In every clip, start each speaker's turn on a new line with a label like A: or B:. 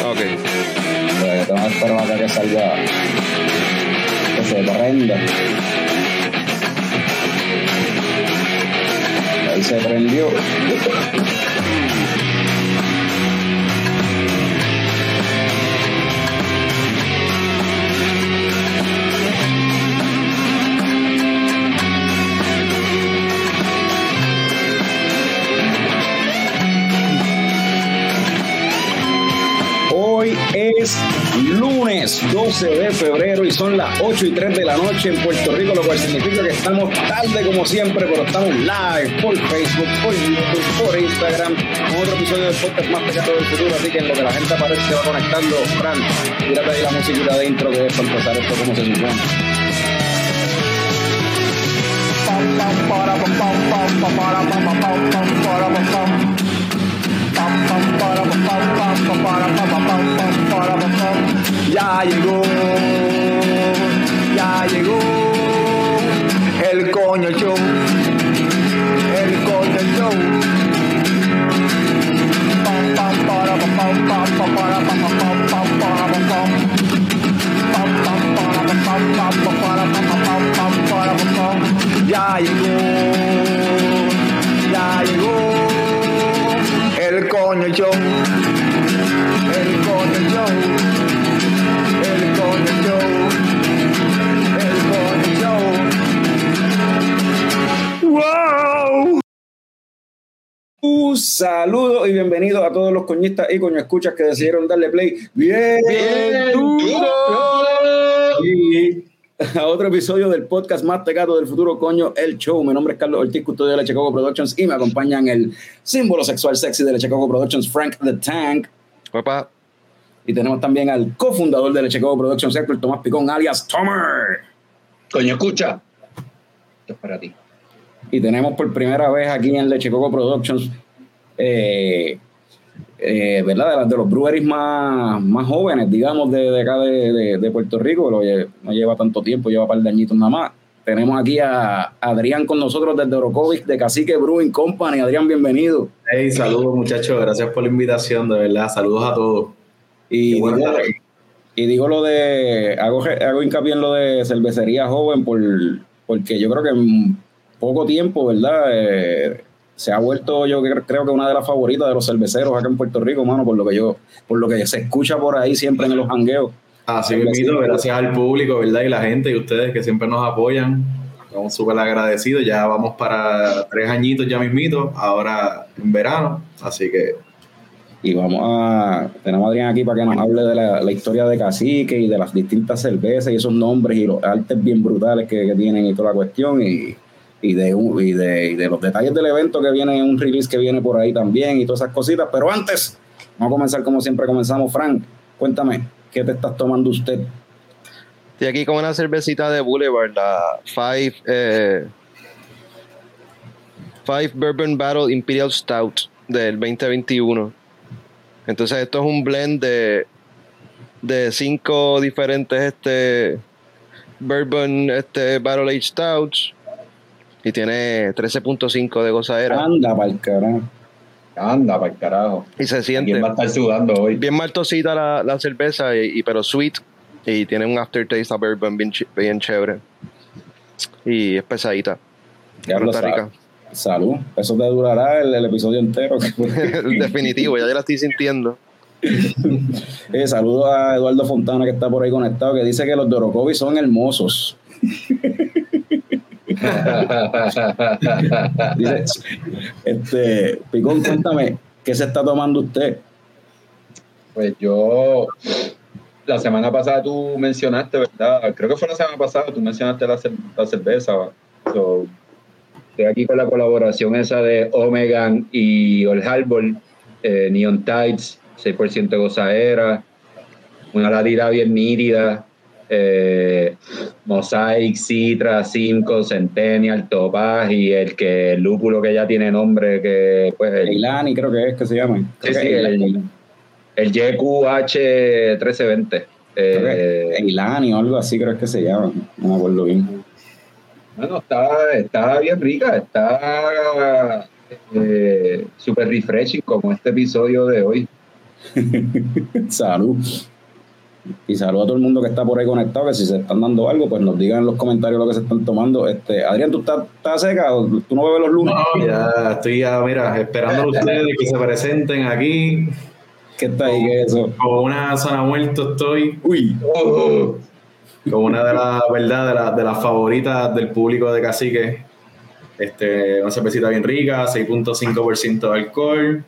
A: Ok.
B: Tengo que esperar acá que salga, que se prenda. Ahí se prendió. Hoy es lunes 12 de febrero y son las 8:03 de la noche en Puerto Rico, lo cual significa que estamos tarde como siempre, pero estamos live por Facebook, por YouTube, por Instagram, con otro episodio del podcast más pecado del futuro. Así que en lo que la gente aparece se va conectando, Fran, tírate ahí la musiquita de intro que es para empezar esto como se supone. Ya llegó el coño show, ya llegó el coño show. ¡Wow! Saludos y bienvenidos a todos los coñistas y coño escuchas que decidieron darle play bien duro y a otro episodio del podcast más tecato del futuro, coño, el show. Mi nombre es Carlos Ortiz, custodio de Leche Coco Productions, y me acompañan el símbolo sexual sexy de Leche Coco Productions, Frank the Tank.
A: Papá.
B: Y tenemos también al cofundador de Leche Coco Productions, Héctor Tomás Picón, alias Tomer.
C: Coño, escucha. Esto es para ti.
B: Y tenemos por primera vez aquí en Leche Coco Productions, ¿verdad? De los breweries más jóvenes, digamos, de acá de Puerto Rico. No lleva tanto tiempo, lleva un par de añitos nada más. Tenemos aquí a Adrián con nosotros desde Orocovic, de Cacique Brewing Company. Adrián, bienvenido.
D: Hey, saludos muchachos, gracias por la invitación, de verdad, saludos a todos.
B: Y digo lo de, hago hincapié en lo de cervecería joven porque yo creo que en poco tiempo, ¿verdad? Se ha vuelto, yo creo que una de las favoritas de los cerveceros acá en Puerto Rico, mano, por lo que se escucha por ahí siempre en los jangueos.
D: Así mismo, gracias al público, ¿verdad? Y la gente y ustedes que siempre nos apoyan. Estamos súper agradecidos, ya vamos para 3 añitos ya mismito, ahora en verano, así que...
B: Y tenemos a Adrián aquí para que nos hable de la historia de Cacique y de las distintas cervezas y esos nombres y los artes bien brutales que tienen y toda la cuestión y de los detalles del evento que viene, un release que viene por ahí también y todas esas cositas. Pero antes, vamos a comenzar como siempre comenzamos. Frank, cuéntame, ¿qué te estás tomando usted?
A: Estoy aquí con una cervecita de Boulevard, la Five Bourbon Battle Imperial Stout del 2021. Entonces esto es un blend de 5 diferentes Bourbon Barrel Aged Stouts y tiene 13.5 de gozadera.
B: Anda pa'l carajo.
A: Y se siente.
C: ¿Quién va a estar sudando hoy?
A: Bien maltosita la cerveza, pero sweet. Y tiene un aftertaste a bourbon bien chévere. Y es pesadita.
B: Está rica. Salud. Eso te durará el episodio entero.
A: Definitivo, ya la estoy sintiendo.
B: Saludos a Eduardo Fontana, que está por ahí conectado, que dice que los de Orocovic son hermosos. Dice, Picón, cuéntame, ¿qué se está tomando usted?
C: Pues yo, la semana pasada tú mencionaste, ¿verdad? Creo que fue la semana pasada, tú mencionaste la cerveza. Estoy aquí con la colaboración esa de Omegan y Old Harbor, Neon Tides, 6% de gozadera, una latita bien nítida, Mosaic, Citra, Simcoe, Centennial, Topaz y el lúpulo que ya tiene nombre, que pues
B: Eilani creo que es que se llama.
C: Sí, el YQH 1320.
B: Eilani o algo así creo que se llama, no me acuerdo bien.
C: Bueno, está bien rica, está súper refreshing como este episodio de hoy.
B: Salud. Y saludo a todo el mundo que está por ahí conectado, que si se están dando algo, pues nos digan en los comentarios lo que se están tomando. Adrián, ¿tú estás seca? ¿Tú no bebes los lunes?
D: No, ya estoy mira, esperando a ustedes que se presenten aquí.
B: ¿Qué está ahí? ¿Qué es eso?
D: Con una zona muerto estoy.
B: Uy.
D: Con una de las, ¿verdad? De las favoritas del público de Cacique. Una cervecita bien rica, 6.5% de alcohol.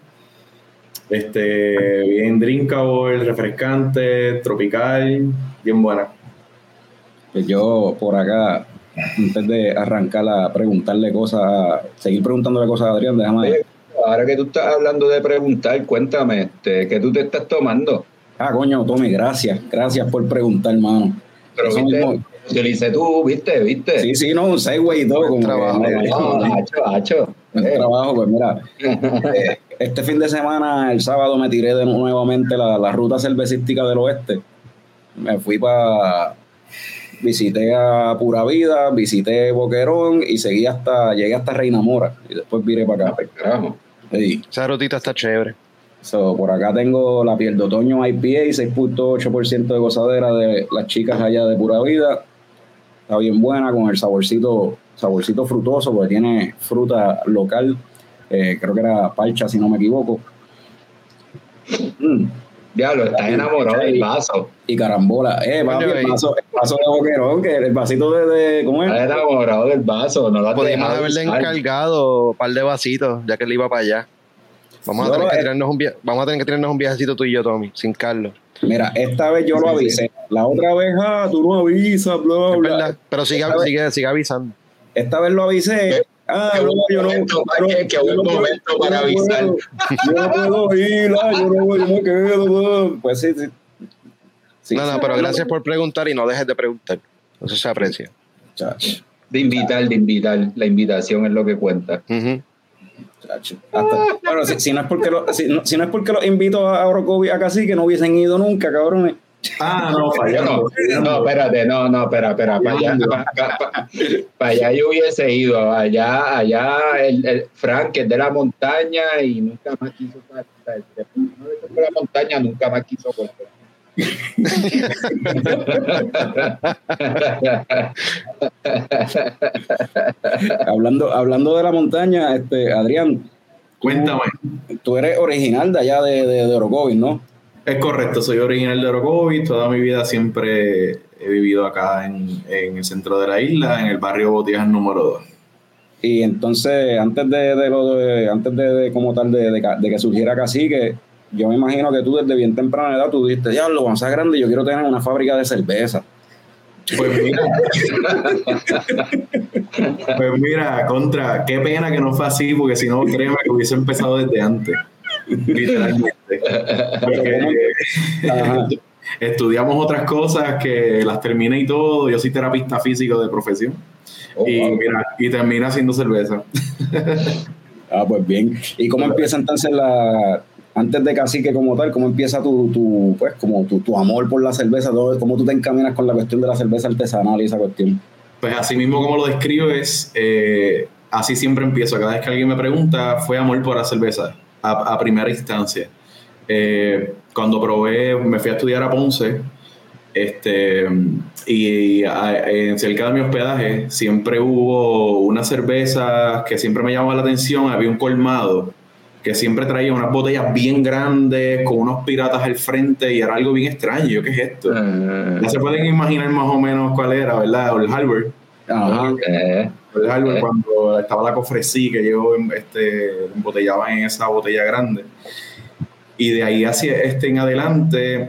D: Bien drinkable, refrescante, tropical, bien buena.
B: Pues yo por acá, antes de arrancar a preguntarle cosas, seguir preguntándole cosas a Adrián, déjame.
C: Oye, ahora que tú estás hablando de preguntar, cuéntame, ¿qué tú te estás tomando?
B: Coño, Tommy, gracias por preguntar, hermano.
C: Pero
B: Eso
C: viste,
B: mismo.
C: utilicé tú, ¿viste?
B: Sí, no, un segue y todo.
A: Buen trabajo.
C: Hacho.
B: Un trabajo, pues mira, este fin de semana, el sábado, me tiré nuevamente la ruta cervecística del oeste. Me fui visité a Pura Vida, visité Boquerón y llegué hasta Reina Mora y después viré para acá.
C: Carajo.
B: Sí.
A: Esa rutita está chévere.
B: Por acá tengo la Piel de Otoño IPA, 6.8% de gozadera de las chicas allá de Pura Vida. Está bien buena, con el saborcito frutoso, porque tiene fruta local. Creo que era parcha, si no me equivoco.
C: Diablo, estás enamorado del vaso.
B: Y carambola. Papi, el vaso de Boquerón, que el vasito ¿cómo es?
C: Estás enamorado del vaso. No lo has
A: Podríamos
C: dejado
A: haberle
C: usar.
A: encargado un par de vasitos, ya que él iba para allá. Vamos a tener que tirarnos un viajecito tú y yo, Tommy, sin Carlos.
B: Mira, esta vez yo lo avisé. La otra vez, tú no avisas, bla,
A: Es
B: bla.
A: verdad, pero sigue avisando.
B: Esta vez lo avisé. Yo no
C: momento para avisar.
B: Yo no puedo ir, yo me quedo. Pues sí.
A: No, pero gracias por preguntar y no dejes de preguntar. Eso se aprecia.
B: Chacho.
C: De invitar. La invitación es lo que cuenta.
A: Uh-huh.
B: Bueno, si no es porque los invito a Orocovi a Cacique, no hubiesen ido nunca, cabrones.
D: No, fallando.
C: No, espérate, espera. Para allá yo hubiese ido. Allá el Frank, que es de la montaña y nunca más quiso saltar. No de la montaña, nunca más quiso volver.
B: hablando de la montaña, Adrián,
D: cuéntame.
B: Tú eres original de allá de Orocovis, ¿no?
D: Es correcto, soy original de Orocovis. Toda mi vida siempre he vivido acá en el centro de la isla, en el barrio Botías número 2.
B: Y entonces, antes de como tal de que surgiera Cacique, yo me imagino que tú desde bien temprana edad tú dijiste, diablo, cuando sea grande yo quiero tener una fábrica de cerveza.
D: Pues mira, qué pena que no fue así, porque si no, créeme que hubiese empezado desde antes, literalmente. Porque estudiamos otras cosas que las terminé y todo. Yo soy terapista físico de profesión. Y termina haciendo cerveza.
B: Pues bien. ¿Y cómo empieza entonces antes de Cacique como tal, cómo empieza tu amor por la cerveza? ¿Cómo tú te encaminas con la cuestión de la cerveza artesanal y esa cuestión?
D: Pues así mismo como lo describes, así siempre empiezo. Cada vez que alguien me pregunta, fue amor por la cerveza, a primera instancia. Cuando me fui a estudiar a Ponce, y cerca de mi hospedaje siempre hubo unas cervezas que siempre me llamaban la atención. Había un colmado que siempre traía unas botellas bien grandes con unos piratas al frente y era algo bien extraño. ¿Yo qué es esto? Ya se pueden imaginar más o menos cuál era, ¿verdad? Old Harbor. Old Harbor, cuando estaba la Cofresí, que yo embotellaba en esa botella grande. Y de ahí en adelante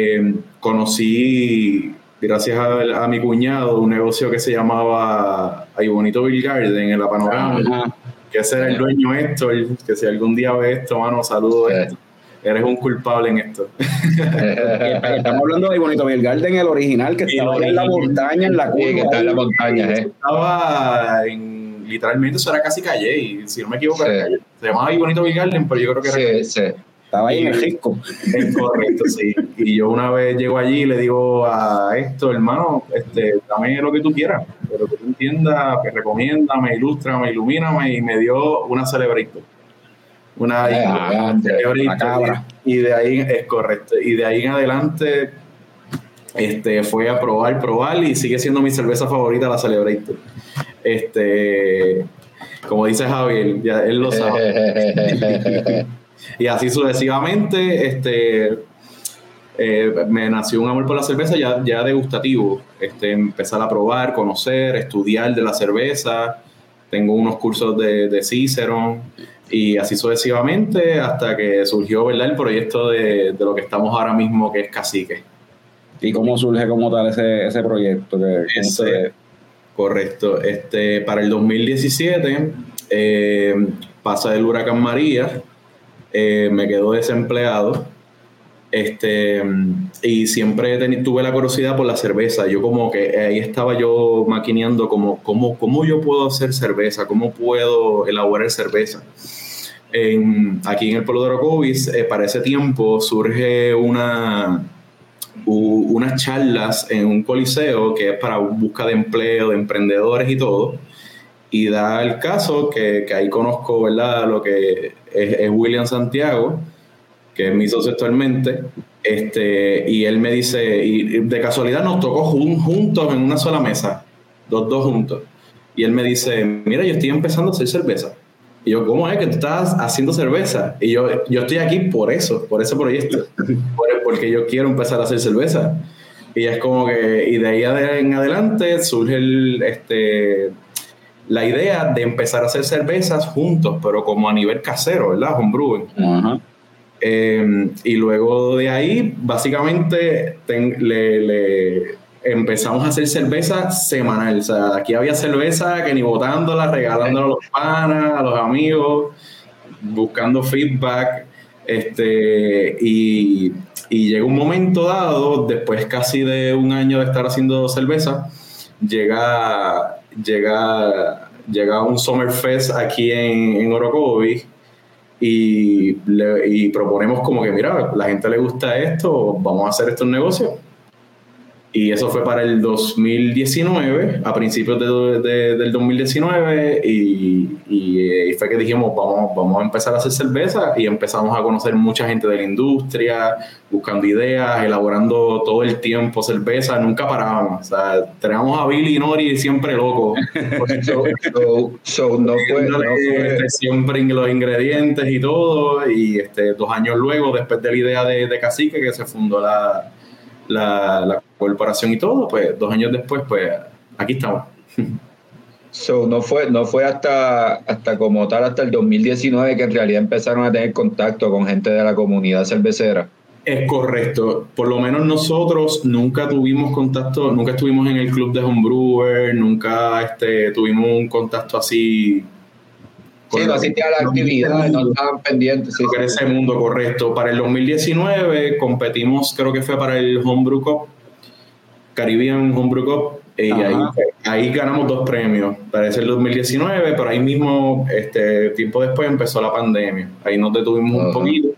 D: conocí, gracias a mi cuñado, un negocio que se llamaba Ay Bonito Beer Garden en la Panorama. Que ese era el dueño Héctor, que si algún día ves esto, mano, saludo Héctor. Eres un culpable en esto.
B: Estamos hablando de Bonito Beer Garden, el original, que estaba en la montaña, en la curva.
C: Sí, que está en la montaña,
D: Estaba literalmente, eso era casi calle, y si no me equivoco, se llamaba Bonito Beer Garden, pero yo creo que era
C: sí.
B: Estaba ahí en el risco.
D: Es correcto, sí. Y yo una vez llego allí y le digo a esto, hermano, dame lo que tú quieras, pero que tú entiendas, que recomiéndame, ilústrame, ilumíname, y me dio una Celebrito. una cabra. Y de ahí, es correcto, y de ahí en adelante fue a probar y sigue siendo mi cerveza favorita, la Celebrator. Como dice Javier, ya él lo sabe. Y así sucesivamente, me nació un amor por la cerveza ya degustativo. Empezar a probar, conocer, estudiar de la cerveza. Tengo unos cursos de Cicerón y así sucesivamente hasta que surgió, ¿verdad?, el proyecto de lo que estamos ahora mismo, que es Cacique.
B: ¿Y cómo surge como tal ese proyecto?
D: Correcto. Para el 2017 pasa el huracán María, me quedo desempleado. Y siempre tuve la curiosidad por la cerveza. Yo como que ahí estaba yo maquineando cómo yo puedo hacer cerveza, cómo puedo elaborar cerveza. Aquí en el pueblo de Orocovis, para ese tiempo surge unas charlas en un coliseo que es para busca de empleo, de emprendedores y todo. Y da el caso que ahí conozco, ¿verdad?, lo que es William Santiago, que es mi socio actualmente, y él me dice, y de casualidad nos tocó juntos en una sola mesa, los dos juntos, y él me dice, mira, yo estoy empezando a hacer cerveza. Y yo, ¿cómo es que tú estás haciendo cerveza? Y yo estoy aquí por ese proyecto, porque yo quiero empezar a hacer cerveza. Y es como que, y de ahí en adelante surge la idea de empezar a hacer cervezas juntos, pero como a nivel casero, ¿verdad? Homebrewing.
B: Uh-huh.
D: Y luego de ahí, básicamente, empezamos a hacer cerveza semanal. O sea, aquí había cerveza que ni botándola, regalándola a los panas, a los amigos, buscando feedback. Y llega un momento dado, después casi de un año de estar haciendo cerveza, llega un Summerfest aquí en Orocovis. Y proponemos como que, mira, la gente le gusta esto, vamos a hacer esto en negocio. Y eso fue para el 2019, a principios del 2019, y fue que dijimos, vamos a empezar a hacer cerveza, y empezamos a conocer mucha gente de la industria, buscando ideas, elaborando todo el tiempo cerveza, nunca parábamos. O sea, teníamos a Billy y Nori siempre locos.
C: No fue
D: siempre los ingredientes y todo, y 2 años luego, después de la idea de Cacique, que se fundó la corporación y todo, pues 2 años después, pues aquí estamos.
C: No fue hasta como tal, hasta el 2019 que en realidad empezaron a tener contacto con gente de la comunidad cervecera.
D: Es correcto. Por lo menos nosotros nunca tuvimos contacto, nunca estuvimos en el club de homebrewer, nunca tuvimos un contacto así.
C: Sí, no asistía a la actividad, no estaban pendientes. Sí,
D: en ese mundo, correcto. Para el 2019 competimos, creo que fue para el Homebrew Cup, Caribbean Homebrew Cup, y ahí ganamos 2 premios. Parece el 2019, pero ahí mismo, tiempo después, empezó la pandemia. Ahí nos detuvimos un poquito.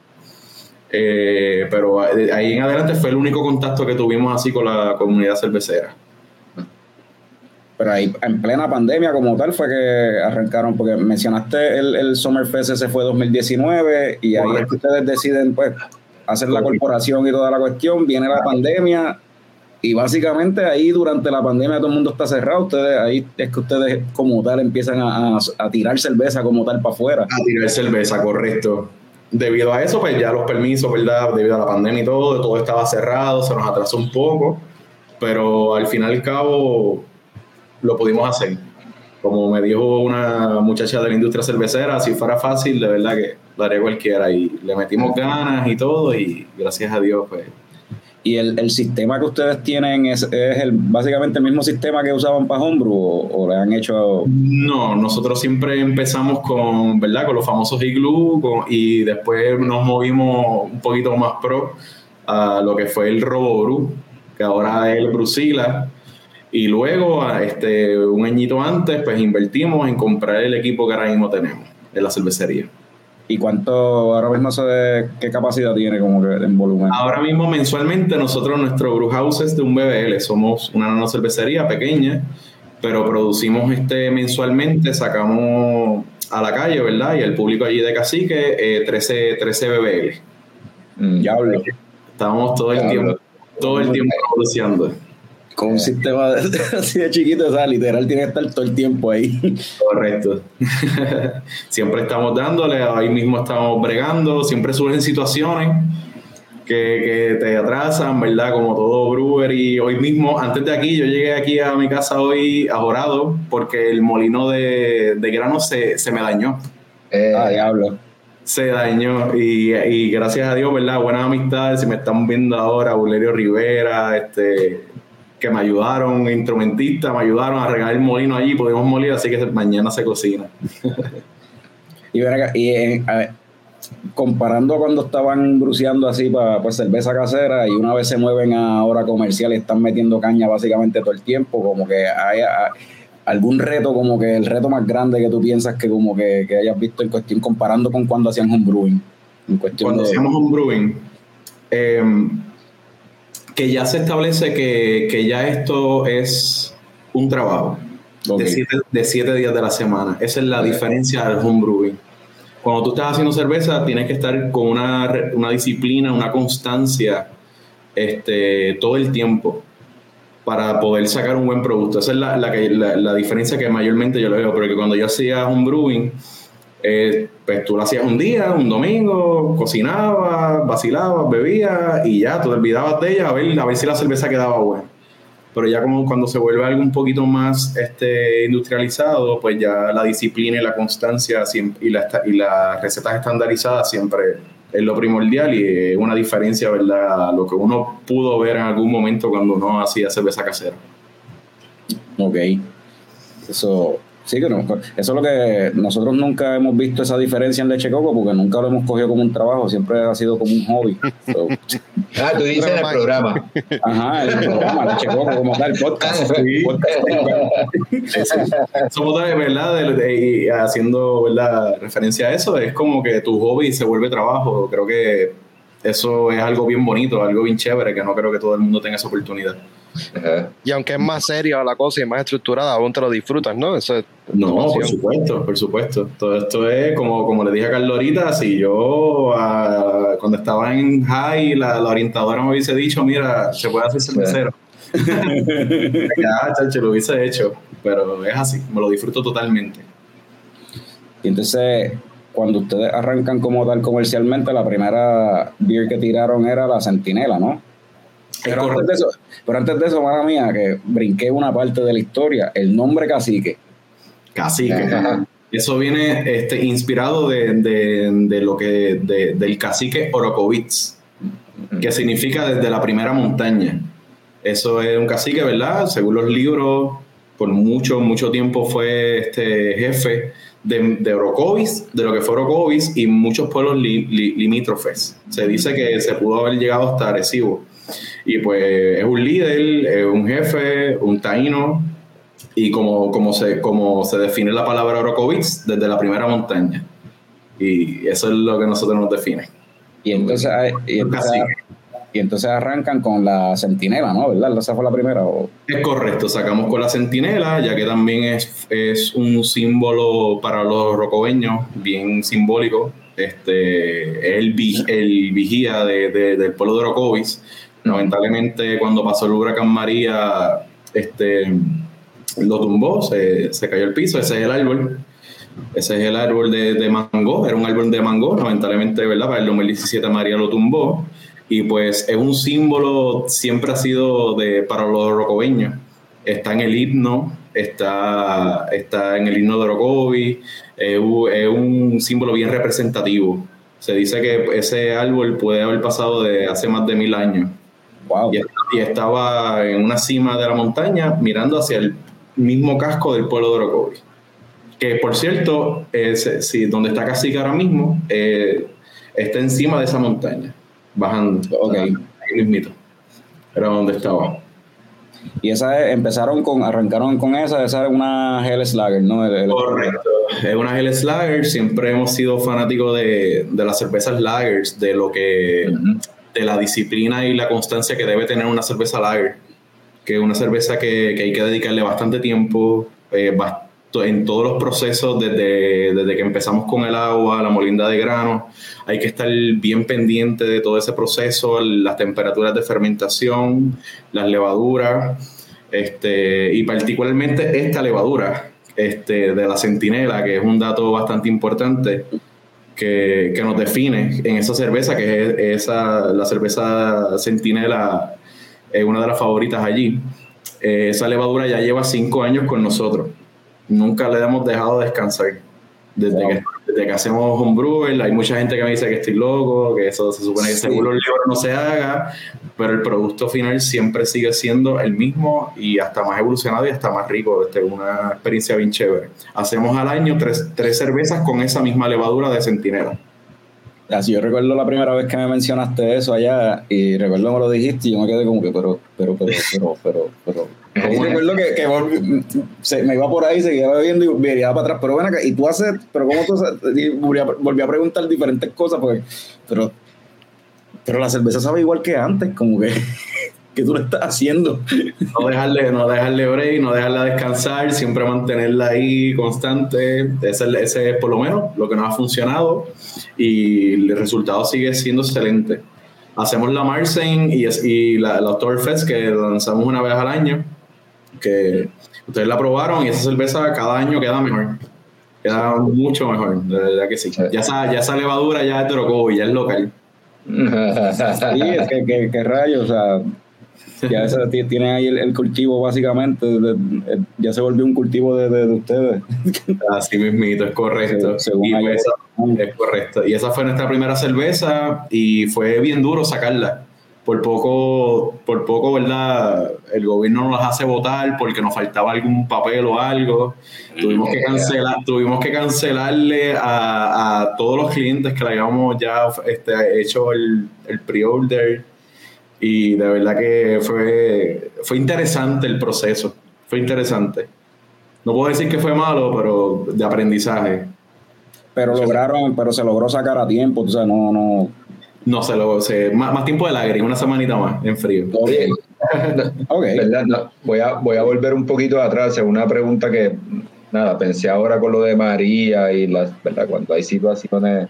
D: Pero ahí en adelante fue el único contacto que tuvimos así con la comunidad cervecera.
B: Pero ahí en plena pandemia como tal fue que arrancaron, porque mencionaste el Summerfest, ese fue 2019, y ahí es que ustedes deciden pues hacer la corporación y toda la cuestión, viene la pandemia, y básicamente ahí durante la pandemia todo el mundo está cerrado, ahí es que ustedes como tal empiezan a tirar cerveza como tal para afuera.
D: A tirar cerveza, correcto. Debido a eso, pues ya los permisos, ¿verdad? Debido a la pandemia y todo estaba cerrado, se nos atrasó un poco, pero al fin y al cabo lo pudimos hacer. Como me dijo una muchacha de la industria cervecera, si fuera fácil, de verdad que lo haría cualquiera, y le metimos ganas y todo, y gracias a Dios, pues.
B: ¿Y el sistema que ustedes tienen es básicamente el mismo sistema que usaban para Homebrew o le han hecho?
D: No, nosotros siempre empezamos con los famosos iglú, y después nos movimos un poquito más pro a lo que fue el RoboBrew, que ahora es el Brewzilla. Y luego, un añito antes, pues invertimos en comprar el equipo que ahora mismo tenemos en la cervecería.
B: ¿Y cuánto, ahora mismo qué capacidad tiene como que en volumen?
D: Ahora mismo mensualmente nuestro brew house es de un BBL, somos una nanocervecería pequeña, pero producimos mensualmente, sacamos a la calle, ¿verdad? Y el público allí de Cacique, 13 BBL.
B: Diablo.
D: Estábamos todo el tiempo negociando.
B: Con un sistema así de chiquito, o sea, literal tiene que estar todo el tiempo ahí.
D: Correcto. Siempre estamos dándole, ahí mismo estamos bregando, siempre surgen situaciones que te atrasan, ¿verdad? Como todo brewer. Y hoy mismo, antes de aquí, yo llegué aquí a mi casa hoy ajorado porque el molino de grano se me dañó.
B: Diablo.
D: Se dañó y gracias a Dios, ¿verdad? Buenas amistades, si me están viendo ahora, Bulerio Rivera, que me ayudaron, instrumentistas, me ayudaron a regar el molino allí, pudimos moler, así que mañana se cocina.
B: Y ven acá, a ver, comparando cuando estaban bruceando así para cerveza casera y una vez se mueven a hora comercial y están metiendo caña básicamente todo el tiempo, como que hay algún reto, como que el reto más grande que tú piensas que como que hayas visto en cuestión, comparando con cuando hacían homebrewing.
D: Cuando hacíamos homebrewing, que ya se establece que ya esto es un trabajo de 7 días de la semana. Esa es la diferencia del homebrewing. Cuando tú estás haciendo cerveza, tienes que estar con una disciplina, una constancia todo el tiempo para poder sacar un buen producto. Esa es la diferencia que mayormente yo le veo, porque cuando yo hacía homebrewing, pues tú lo hacías un día, un domingo, cocinabas, vacilabas, bebías y ya, te olvidabas de ella a ver si la cerveza quedaba buena. Pero ya como cuando se vuelve algo un poquito más industrializado, pues ya la disciplina y la constancia y las recetas estandarizadas siempre es lo primordial y es una diferencia, ¿verdad? A lo que uno pudo ver en algún momento cuando uno hacía cerveza casera.
B: Ok. Eso... Sí, que no, eso es lo que nosotros nunca hemos visto, esa diferencia en Leche Coco, porque nunca lo hemos cogido como un trabajo, siempre ha sido como un hobby.
C: Tú dices en el programa.
B: Ajá, el programa Leche Coco, como tal, podcast.
D: Sí. Somos de verdad, y haciendo, ¿verdad?, referencia a eso, es como que tu hobby se vuelve trabajo. Creo que eso es algo bien bonito, algo bien chévere, que no creo que todo el mundo tenga esa oportunidad.
A: Y aunque es más seria la cosa y más estructurada, aún te lo disfrutas, ¿no? Eso es
D: por supuesto. Todo esto es, como le dije a Carlos ahorita, si yo cuando estaba en high, la orientadora me hubiese dicho, mira, se puede hacer cervecero. Ya, chacho, lo hubiese hecho, pero es así, me lo disfruto totalmente.
B: Y entonces, cuando ustedes arrancan como tal comercialmente, la primera beer que tiraron era la Centinela, ¿no? Pero antes de eso, mala mía, que brinqué una parte de la historia, el nombre Cacique.
D: Eso viene inspirado de lo que del cacique Orokovitz, que significa desde la primera montaña. Eso es un cacique, ¿verdad? Según los libros, por mucho tiempo fue jefe de Orocovis, de lo que fue Orocovis y muchos pueblos limítrofes. Se dice que se pudo haber llegado hasta Arecibo. Y pues es un líder, es un jefe, un taíno, y como se define la palabra Orokovitz, desde la primera montaña. Y eso es lo que nosotros nos define.
B: Y entonces arrancan con la Centinela, ¿no? ¿Verdad? ¿Esa fue la primera?
D: Es correcto, sacamos con la Centinela, ya que también es un símbolo para los rocobeños, bien simbólico. El vigía del pueblo de Orocovis. Lamentablemente, cuando pasó el huracán María, lo tumbó, se cayó el piso. Ese es el árbol de mango, era un árbol de mango. Lamentablemente, ¿verdad?, para el 2017 María lo tumbó. Y pues es un símbolo, siempre ha sido para los rocobeños. Está en el himno, está en el himno de Orocovis. Es un símbolo bien representativo. Se dice que ese árbol puede haber pasado de hace más de 1000 años.
B: Wow.
D: Y estaba en una cima de la montaña mirando hacia el mismo casco del pueblo de Orocovis. Que, por cierto, donde está Cacique ahora mismo, está encima de esa montaña, bajando.
B: Ok.
D: Ahí mismito. Era donde estaba.
B: Y arrancaron con esa es una Helles Lager, ¿no?
D: Correcto. Es una Helles Lager. Siempre hemos sido fanáticos de las cervezas lagers, de lo que... de la disciplina y la constancia que debe tener una cerveza lager, que es una cerveza que hay que dedicarle bastante tiempo, en todos los procesos, desde que empezamos con el agua, la molinda de grano. Hay que estar bien pendiente de todo ese proceso, las temperaturas de fermentación, las levaduras, y particularmente esta levadura de la centinela, que es un dato bastante importante que nos define en esa cerveza, que es la cerveza centinela, es una de las favoritas allí. Esa levadura ya lleva 5 años con nosotros. Nunca le hemos dejado descansar. Desde que hacemos homebrew, hay mucha gente que me dice que estoy loco, que eso se supone que según los libros no se haga, pero el producto final siempre sigue siendo el mismo y hasta más evolucionado y hasta más rico. Una experiencia bien chévere. Hacemos al año 3 cervezas con esa misma levadura de centinela.
B: Así yo recuerdo la primera vez que me mencionaste eso allá y recuerdo que me lo dijiste y yo me quedé como que pero y recuerdo que me iba por ahí, seguía bebiendo y venía para atrás, pero ven acá, y tú haces, pero cómo tú haces, y volví a preguntar diferentes cosas porque pero la cerveza sabe igual que antes, como que ¿qué tú le estás haciendo?
D: No dejarle break, no dejarla descansar, siempre mantenerla ahí constante. Ese es por lo menos lo que nos ha funcionado y el resultado sigue siendo excelente. Hacemos la Marsen y la Oktoberfest, que lanzamos una vez al año, que ustedes la probaron y esa cerveza cada año queda mejor. Queda mucho mejor, de verdad que sí. Ya esa levadura ya es de Orocovi, ya es local.
B: Sí, es que rayos, o sea, ya tienen ahí el cultivo básicamente, ya se volvió un cultivo de ustedes.
D: Así mismito, es correcto. Es correcto. Y esa fue nuestra primera cerveza y fue bien duro sacarla. Por poco, ¿verdad? El gobierno nos las hace votar porque nos faltaba algún papel o algo. Tuvimos que cancelarle a todos los clientes que le habíamos ya hecho el pre-order. Y de verdad que fue interesante el proceso. Fue interesante. No puedo decir que fue malo, pero de aprendizaje.
B: Pero se logró sacar a tiempo, o sea,
D: No se logró, más tiempo de lágrimas, una semanita más en frío.
C: Okay. ¿Verdad? No, voy a volver un poquito atrás en una pregunta que, pensé ahora con lo de María y ¿verdad? Cuando hay situaciones,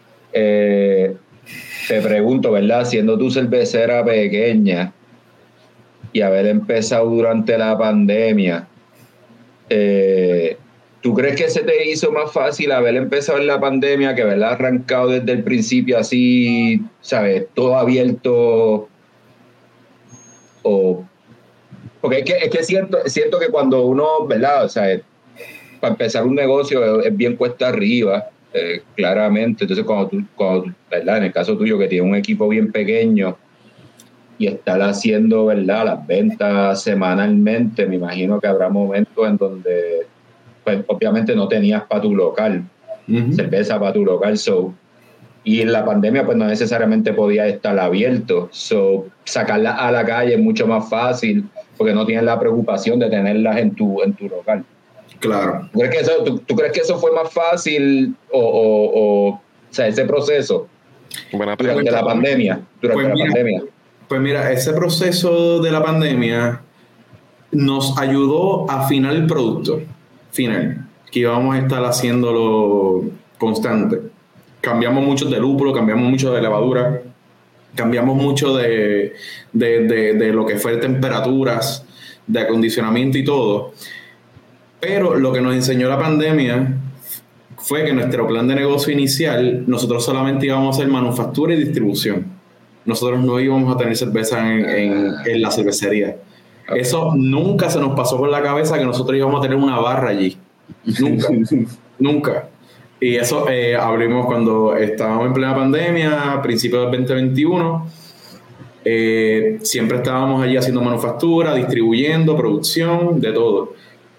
C: te pregunto, ¿verdad? Siendo tu cervecera pequeña y haber empezado durante la pandemia, ¿tú crees que se te hizo más fácil haber empezado en la pandemia que haberla arrancado desde el principio así, ¿sabes? Todo abierto. Porque es que siento que cuando uno, ¿verdad? O sea, para empezar un negocio es bien cuesta arriba, claramente. Entonces, cuando ¿verdad? En el caso tuyo, que tienes un equipo bien pequeño y estar haciendo, ¿verdad? Las ventas semanalmente, me imagino que habrá momentos en donde, pues, obviamente no tenías para tu local, cerveza para tu local, y en la pandemia pues no necesariamente podía estar abierto, sacarlas a la calle es mucho más fácil porque no tienes la preocupación de tenerlas en tu local.
D: Claro.
C: ¿Tú crees que eso fue más fácil o sea, ese proceso durante la pandemia?
D: Pues mira, ese proceso de la pandemia nos ayudó a afinar el producto final, que íbamos a estar haciéndolo constante. Cambiamos mucho de lúpulo, cambiamos mucho de levadura, cambiamos mucho de lo que fue temperaturas, de acondicionamiento y todo. Pero lo que nos enseñó la pandemia fue que nuestro plan de negocio inicial, nosotros solamente íbamos a hacer manufactura y distribución. Nosotros no íbamos a tener cerveza en la cervecería. Eso nunca se nos pasó por la cabeza que nosotros íbamos a tener una barra allí. Nunca. Y eso abrimos cuando estábamos en plena pandemia, a principios del 2021. Siempre estábamos allí haciendo manufactura, distribuyendo, producción, de todo.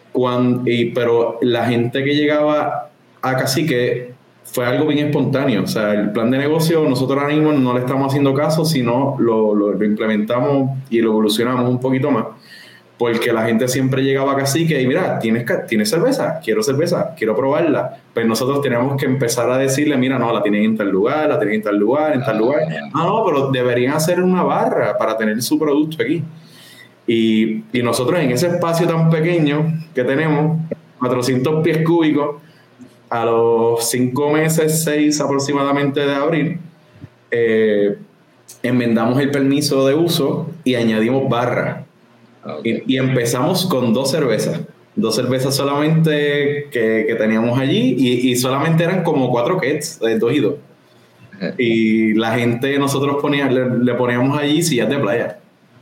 D: Pero la gente que llegaba a Cacique fue algo bien espontáneo. O sea, el plan de negocio nosotros ahora mismo no le estamos haciendo caso, sino lo implementamos y lo evolucionamos un poquito más. Porque la gente siempre llegaba a Cacique y mira, ¿tienes cerveza? Quiero probarla. Pues nosotros teníamos que empezar a decirle, mira, no, la tienen en tal lugar, la tienen en tal lugar, en tal lugar. No, pero deberían hacer una barra para tener su producto aquí. Y nosotros en ese espacio tan pequeño que tenemos, 400 pies cúbicos. A los 5 meses, 6 aproximadamente de abril, enmendamos el permiso de uso y añadimos barra. Okay. Y empezamos con 2 cervezas solamente que teníamos allí y solamente eran como 4 kets, 2 y 2. Y la gente, nosotros le poníamos allí sillas de playa.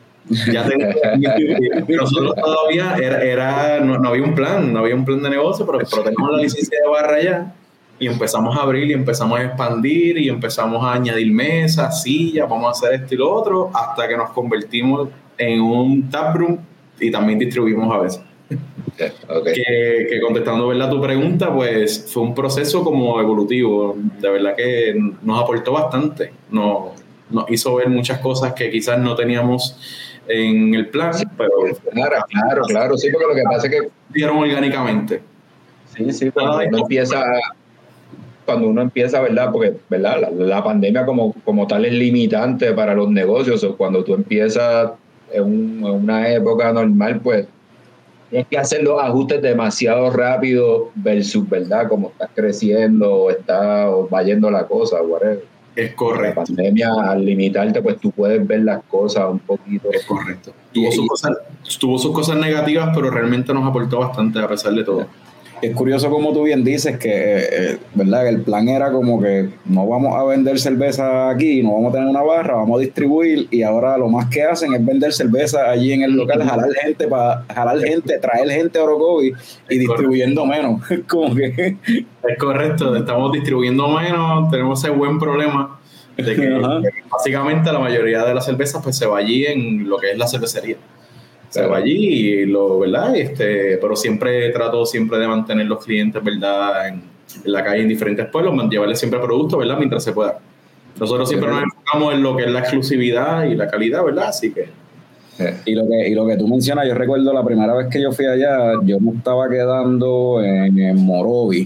D: Nosotros todavía no había un plan de negocio, pero teníamos la licencia de barra ya y empezamos a abrir y empezamos a expandir y empezamos a añadir mesas, sillas, vamos a hacer esto y lo otro, hasta que nos convertimos en un taproom y también distribuimos a veces. Okay. Que contestando, ¿verdad?, tu pregunta, pues fue un proceso como evolutivo, de verdad que nos aportó bastante, nos hizo ver muchas cosas que quizás no teníamos en el plan, sí, pero
C: claro, sí, porque lo que pasa es que
D: dieron orgánicamente.
C: Sí, cuando uno empieza, ¿verdad? Porque, ¿verdad? La pandemia como tal es limitante para los negocios, o cuando tú empiezas en una época normal, pues tienes que hacer los ajustes demasiado rápido versus, ¿verdad? Como estás creciendo o va yendo la cosa, whatever.
D: Es correcto.
C: La pandemia, al limitarte, pues tú puedes ver las cosas un poquito.
D: Es correcto. Tuvo sus cosas negativas, pero realmente nos aportó bastante a pesar de todo.
B: Es curioso como tú bien dices que, ¿verdad? El plan era como que no vamos a vender cerveza aquí, no vamos a tener una barra, vamos a distribuir, y ahora lo más que hacen es vender cerveza allí en el local, jalar gente, traer gente a Orocovis y distribuyendo menos. Como que
D: es correcto, estamos distribuyendo menos, tenemos ese buen problema de que básicamente la mayoría de las cervezas pues se va allí en lo que es la cervecería. Se va allí, ¿verdad? Pero trato de mantener los clientes, ¿verdad?, en la calle, en diferentes pueblos, llevarles siempre productos, ¿verdad?, mientras se pueda. Nosotros siempre nos enfocamos en lo que es la exclusividad y la calidad, ¿verdad? Así que...
B: Y lo que tú mencionas, yo recuerdo la primera vez que yo fui allá, yo me estaba quedando en Morovis.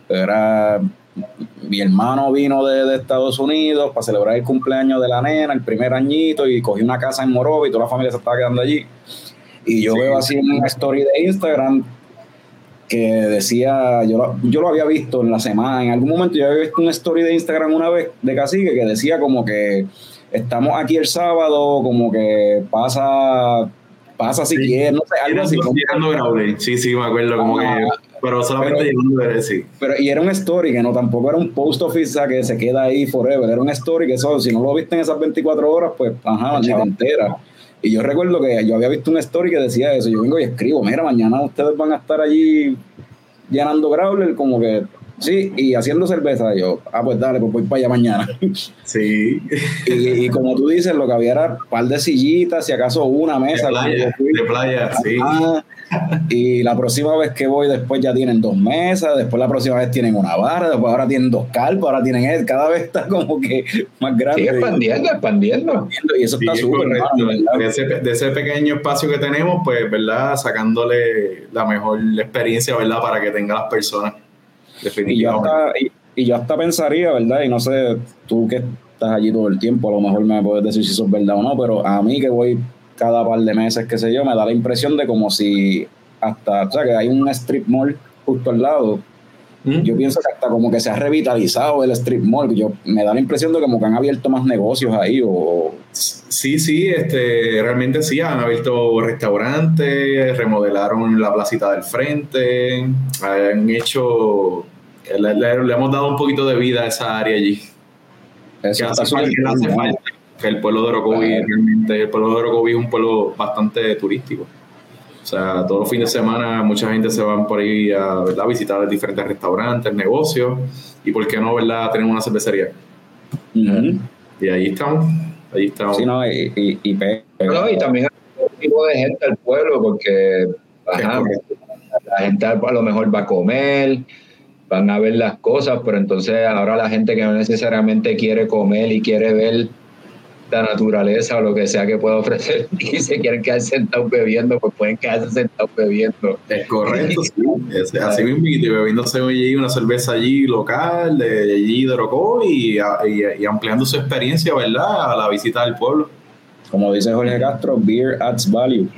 B: Mi hermano vino de Estados Unidos para celebrar el cumpleaños de la nena, el primer añito, y cogí una casa en Morovis y toda la familia se estaba quedando allí. Y yo veo así en una story de Instagram que decía, yo lo había visto en la semana, en algún momento yo había visto una story de Instagram una vez de Cacique que decía como que estamos aquí el sábado, como que pasa si quieres, no sé, algo así.
D: Sí, me acuerdo, como que, pero solamente llegando a ver, sí.
B: Pero, y era una story que no, tampoco era un post office que se queda ahí forever, era una story que eso, si no lo viste en esas 24 horas, pues, ni te enteras. Y yo recuerdo que yo había visto una story que decía eso. Yo vengo y escribo, mira, mañana ustedes van a estar allí llenando growler, como que, sí, y haciendo cerveza. Yo, pues dale, pues voy para allá mañana.
D: Sí.
B: Y como tú dices, lo que había era un par de sillitas, si acaso una mesa.
D: De playa, sí.
B: Y la próxima vez que voy, después ya tienen 2 mesas, después la próxima vez tienen una barra, después ahora tienen 2 carpas, ahora tienen cada vez está como que más grande.
C: Sí, expandiendo.
B: Y eso está súper
D: de ese pequeño espacio que tenemos, pues, ¿verdad? Sacándole la mejor experiencia, ¿verdad? Para que tengan las personas. Definitivamente.
B: Y yo hasta pensaría, ¿verdad? Y no sé, tú que estás allí todo el tiempo, a lo mejor me puedes decir si eso es verdad o no, pero a mí que voy cada par de meses, qué sé yo, me da la impresión de como si hasta, o sea, que hay un strip mall justo al lado. Yo pienso que hasta como que se ha revitalizado el strip mall. Me da la impresión de como que han abierto más negocios ahí.
D: Sí, realmente sí, han abierto restaurantes, remodelaron la placita del frente, han hecho, le hemos dado un poquito de vida a esa área allí. Eso que hace falta. Que el pueblo de Orocovis, realmente, el pueblo de Orocovis es un pueblo bastante turístico. O sea, todos los fines de semana mucha gente se va por ahí a, ¿verdad?, visitar diferentes restaurantes, negocios, y por qué no, ¿verdad?, tener una cervecería. Y ahí estamos.
B: Sí, no, y
C: también hay un tipo de gente al pueblo, porque la gente a lo mejor va a comer, van a ver las cosas, pero entonces ahora la gente que no necesariamente quiere comer y quiere ver la naturaleza o lo que sea que pueda ofrecer y se quieren quedar sentados bebiendo, pues pueden quedarse sentados bebiendo.
D: Es correcto, sí. Así mismo, y bebiéndose allí una cerveza allí local, de allí de Orocovis, y ampliando su experiencia, ¿verdad?, a la visita del pueblo.
B: Como dice Jorge Castro, beer adds value.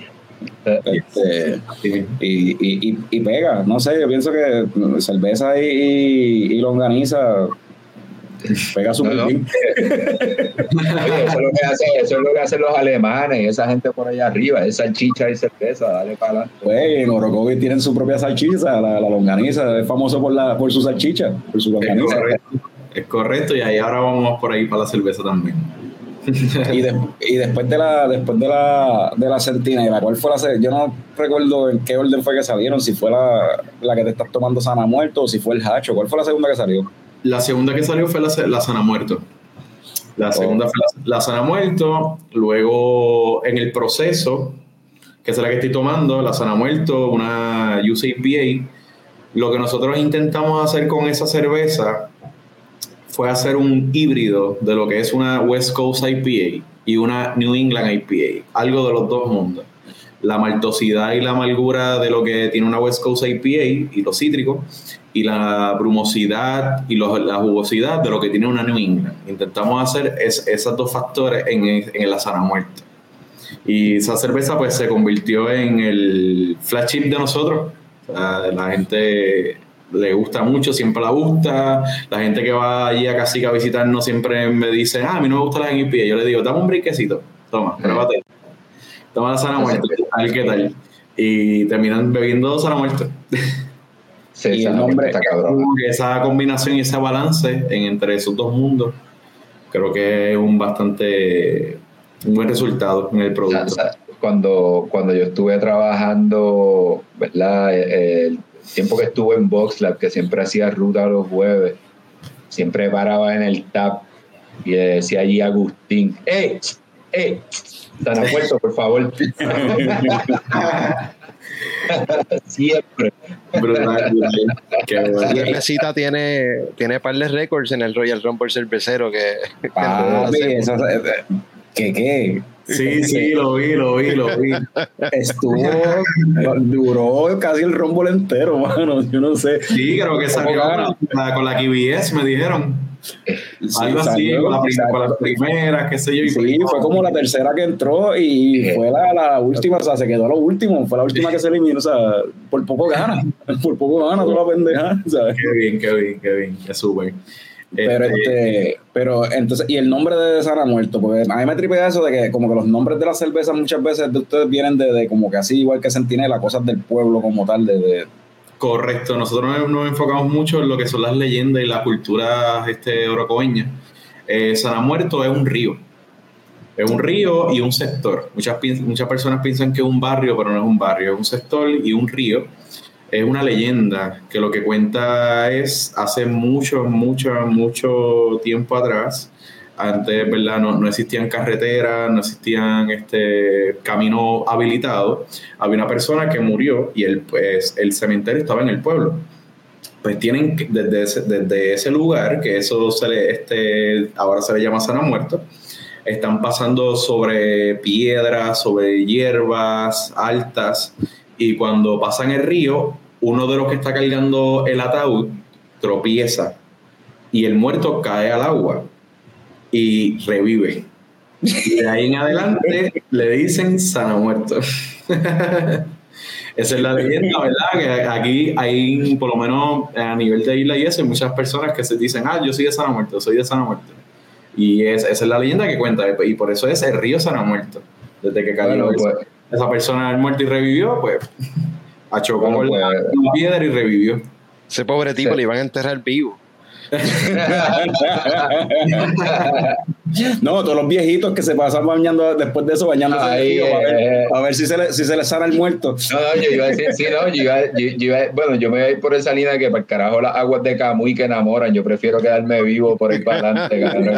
B: Y pega, no sé, yo pienso que cerveza y longaniza pega súper bien.
C: Oye, eso es lo que hacen los alemanes y esa gente por allá arriba, es salchicha y cerveza, dale para adelante.
B: Pues en Orocovi tienen su propia salchicha, la longaniza, es famoso por su salchicha, por su longaniza.
D: Es correcto, y ahí ahora vamos por ahí para la cerveza también.
B: Y después de la Centinela, ¿cuál fue yo no recuerdo en qué orden fue que salieron, si fue la que te estás tomando Sana Muerto o si fue el Hacho. ¿Cuál fue la segunda que salió?
D: La segunda que salió fue la Sana Muerto. La segunda fue la Sana Muerto. Luego, en el proceso, que es la que estoy tomando, la Sana Muerto, una UCPA, lo que nosotros intentamos hacer con esa cerveza fue hacer un híbrido de lo que es una West Coast IPA y una New England IPA, algo de los dos mundos. La maltosidad y la amargura de lo que tiene una West Coast IPA y los cítricos, y la brumosidad y la jugosidad de lo que tiene una New England. Intentamos hacer esos dos factores en la Sana Muerte. Y esa cerveza pues se convirtió en el flagship de nosotros. O sea, la gente le gusta mucho, siempre la gusta. La gente que va allí a Cacique a visitarnos siempre me dice, a mí no me gusta la IPA. Yo le digo, dame un briquecito, toma, pruébate. Toma la Sana Muerte, a ver qué tal. Y terminan bebiendo Sana Muerte.
C: Sí,
B: y el nombre
C: está cabrón.
D: Esa combinación y ese balance entre esos dos mundos, creo que es un buen resultado en el producto.
C: Cuando yo estuve trabajando, ¿verdad? El tiempo que estuve en VoxLab, que siempre hacía ruta los jueves, siempre paraba en el tap y le decía allí a Agustín, ¡Ey! Sana Muerto, por favor. Siempre.
D: Brutal.
A: Y el Mesita tiene par de récords en el Royal Rumble cervecero que
B: ¿Qué?
D: Sí, lo vi.
B: Duró casi el Rumble entero, mano. Yo no sé.
D: Sí, creo que salió con la KBS, me dijeron. Algo así, con las primeras, qué sé yo.
B: Sí, fue como la tercera que entró y fue la última, o sea, se quedó a lo último, fue la última que se eliminó, o sea, por poco gana toda la pendeja, ¿sabes?
D: Qué bien, es súper.
B: Pero entonces, y el nombre de Sana Muerto, porque a mí me tripea eso de que como que los nombres de las cervezas muchas veces de ustedes vienen de como que así, igual que Centinela, cosas del pueblo como tal,
D: Correcto, nosotros nos enfocamos mucho en lo que son las leyendas y la cultura orocobeña. Sana Muerto es un río y un sector. Muchas personas piensan que es un barrio, pero no es un barrio, es un sector y un río. Es una leyenda que lo que cuenta es hace mucho tiempo atrás. Antes, ¿verdad? No existían carreteras, no existían caminos habilitados. Había una persona que murió y el cementerio estaba en el pueblo. Pues tienen desde ese lugar, que eso ahora se le llama Sana Muerto, están pasando sobre piedras, sobre hierbas altas, y cuando pasan el río, uno de los que está cargando el ataúd tropieza y el muerto cae al agua y revive. Y de ahí en adelante le dicen Sana Muerto. Esa es la leyenda, ¿verdad? Que aquí hay, por lo menos a nivel de isla y eso, hay muchas personas que se dicen, yo soy de Sana Muerto. Y esa es la leyenda que cuenta, y por eso es el río Sana Muerto. Desde que cayó esa persona al muerto y revivió, pues achocó con la piedra y revivió.
A: Ese pobre tipo le iban a enterrar vivo.
B: No, todos los viejitos que se pasan bañando después de eso, bañándose a ver si se le sana el muerto.
C: No, yo iba a decir, sí, no, yo me voy a ir por esa línea que para el carajo las aguas de Camuy que enamoran, yo prefiero quedarme vivo por ahí para adelante.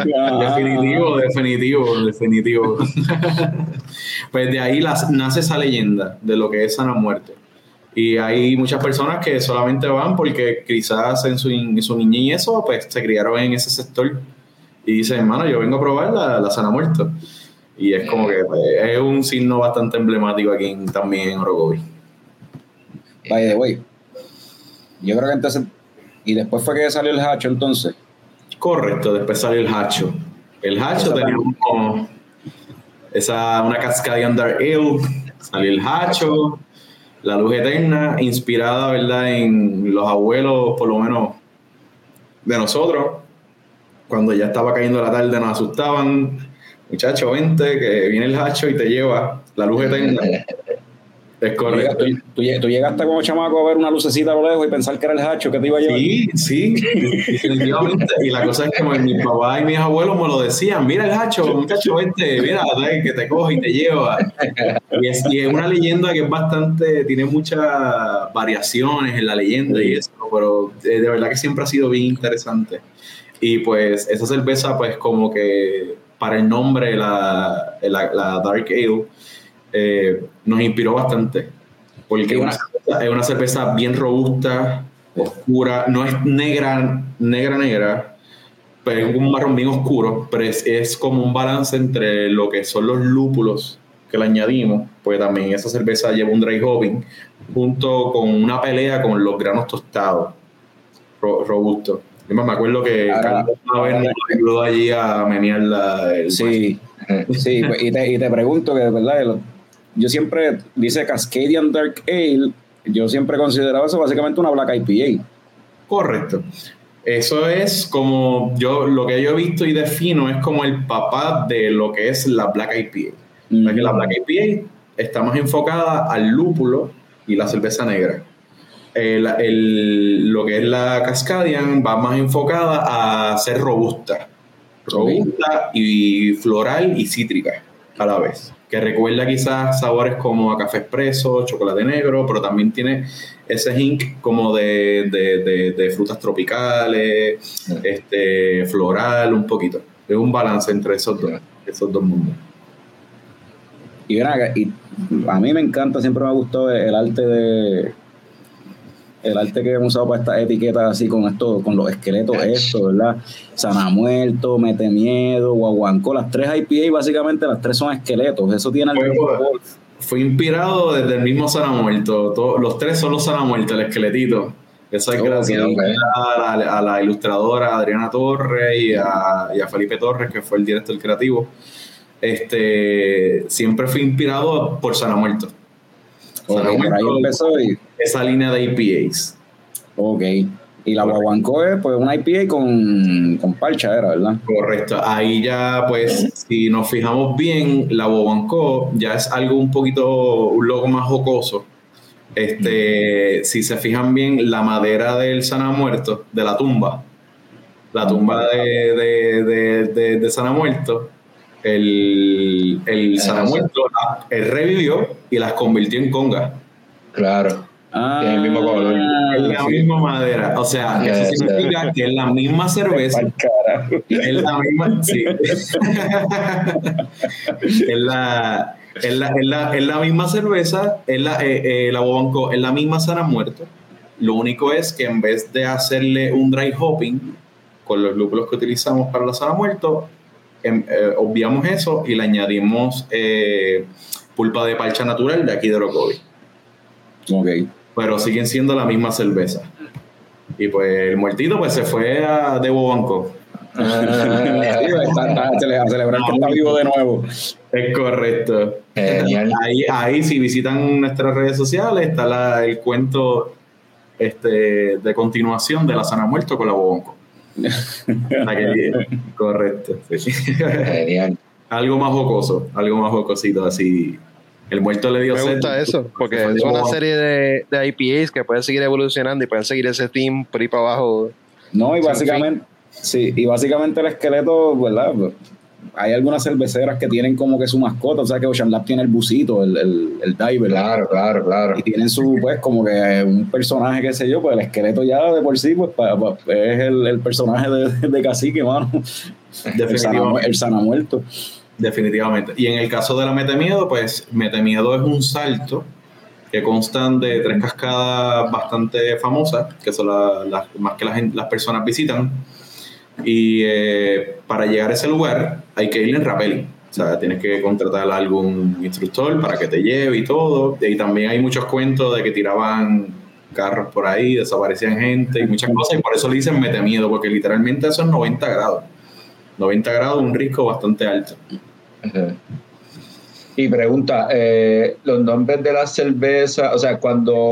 D: Definitivo. Pues de ahí nace esa leyenda de lo que es Sana Muerte. Y hay muchas personas que solamente van porque quizás en su niñez y eso, pues se criaron en ese sector. Y dicen, hermano, yo vengo a probar la Sana Muerto. Y es como que pues, es un signo bastante emblemático aquí también en Orocovi.
B: By the way, yo creo que entonces... ¿Y después fue que salió el Hacho entonces?
D: Correcto, después salió el Hacho. El Hacho tenía una Cascadian Dark Ale, Salió el hacho, la luz eterna, inspirada, ¿verdad?, en los abuelos, por lo menos de nosotros. Cuando ya estaba cayendo la tarde nos asustaban: muchacho, vente, que viene el hacho y te lleva la luz eterna. Es correcto.
B: Tú llegaste como chamaco a ver una lucecita a lo lejos y pensar que era el hacho que te iba a llevar.
D: Sí, definitivamente. Y la cosa es que mi papá y mis abuelos me lo decían: mira el hacho, muchacho, vente, mira, que te coge y te lleva. Y es una leyenda que es bastante, tiene muchas variaciones en la leyenda y eso, pero de verdad que siempre ha sido bien interesante. Y pues esa cerveza, pues como que para el nombre, la Dark Ale, nos inspiró bastante, porque es una cerveza bien robusta, oscura, no es negra, pero es un marrón bien oscuro, pero es como un balance entre lo que son los lúpulos que le añadimos, porque también esa cerveza lleva un dry hopping, junto con una pelea con los granos tostados, robustos. Yo me acuerdo que Carlos una vez nos ayudó allí a menear
B: Sí, y te pregunto que de verdad, yo siempre, dice Cascadian Dark Ale, yo siempre he considerado eso básicamente una Black IPA.
D: Correcto. Eso es como lo que yo he visto y defino es como el papá de lo que es la Black IPA. Porque la Black IPA está más enfocada al lúpulo y la cerveza negra. Lo que es la Cascadian va más enfocada a ser robusta y floral y cítrica a la vez, que recuerda quizás sabores como a café expreso, chocolate negro, pero también tiene ese hint como de frutas tropicales, floral un poquito. Es un balance entre esos dos mundos.
B: Y a mí me encanta, siempre me ha gustado el arte que hemos usado para estas etiquetas así con los esqueletos, ¿verdad? Sana Muerto, Mete Miedo, Guaguancó, las 3 IPA básicamente las 3 son esqueletos, eso tiene
D: fue inspirado desde el mismo Sana Muerto, los 3 son los Sana Muerto, el esqueletito. Eso es gracias a la ilustradora Adriana Torres y a Felipe Torres, que fue el director creativo. Siempre fue inspirado por Sana Muerto.
B: Por ahí empezó
D: esa línea de IPAs.
B: Ok. Y la Guaguancó es pues una IPA con parcha, ¿verdad?
D: Correcto. Ahí ya, pues, si nos fijamos bien, la Guaguancó ya es algo un logo más jocoso. Si se fijan bien, la madera del Sana Muerto, de la tumba de Sana Muerto, el Sana Muerto él revivió y las convirtió en conga.
C: Claro. Tiene el mismo color.
D: Es la misma madera. O sea, eso significa que es la misma cerveza. Es la misma. Sí. es la misma cerveza. La Bobanco es la misma Sana Muerto. Lo único es que en vez de hacerle un dry hopping con los lúpulos que utilizamos para la Sana Muerto, obviamos eso y le añadimos pulpa de parcha natural de aquí de Orocovi.
B: Ok.
D: Pero siguen siendo la misma cerveza. Y pues el muertito pues se fue de Bobanco.
B: A celebrar que está vivo de nuevo.
D: Es correcto.
C: Genial.
D: Ahí si visitan nuestras redes sociales está el cuento de continuación de la Sana Muerto con la Bobanco. Correcto. Sí.
C: Genial.
D: Algo más jocosito así. El muerto le dio
A: Me gusta eso, porque es una serie de IPAs que pueden seguir evolucionando y pueden seguir ese team por ahí para abajo.
B: No, y básicamente el esqueleto, ¿verdad? Hay algunas cerveceras que tienen como que su mascota, o sea que Ocean Lab tiene el busito, el diver.
C: Claro.
B: Y tienen pues como que un personaje, qué sé yo, pues el esqueleto ya de por sí, pues es el personaje de Cacique, mano. El Sana Muerto.
D: Definitivamente. Y en el caso de la Mete Miedo, pues Mete Miedo es un salto que constan de 3 cascadas bastante famosas, que son las más que las personas visitan. Y para llegar a ese lugar hay que ir en rappelling. O sea, tienes que contratar a algún instructor para que te lleve y todo. Y también hay muchos cuentos de que tiraban carros por ahí, desaparecían gente y muchas cosas. Y por eso le dicen Mete Miedo, porque literalmente eso es 90 grados. 90 grados, un riesgo bastante alto.
C: Y pregunta, los nombres de la cerveza, o sea,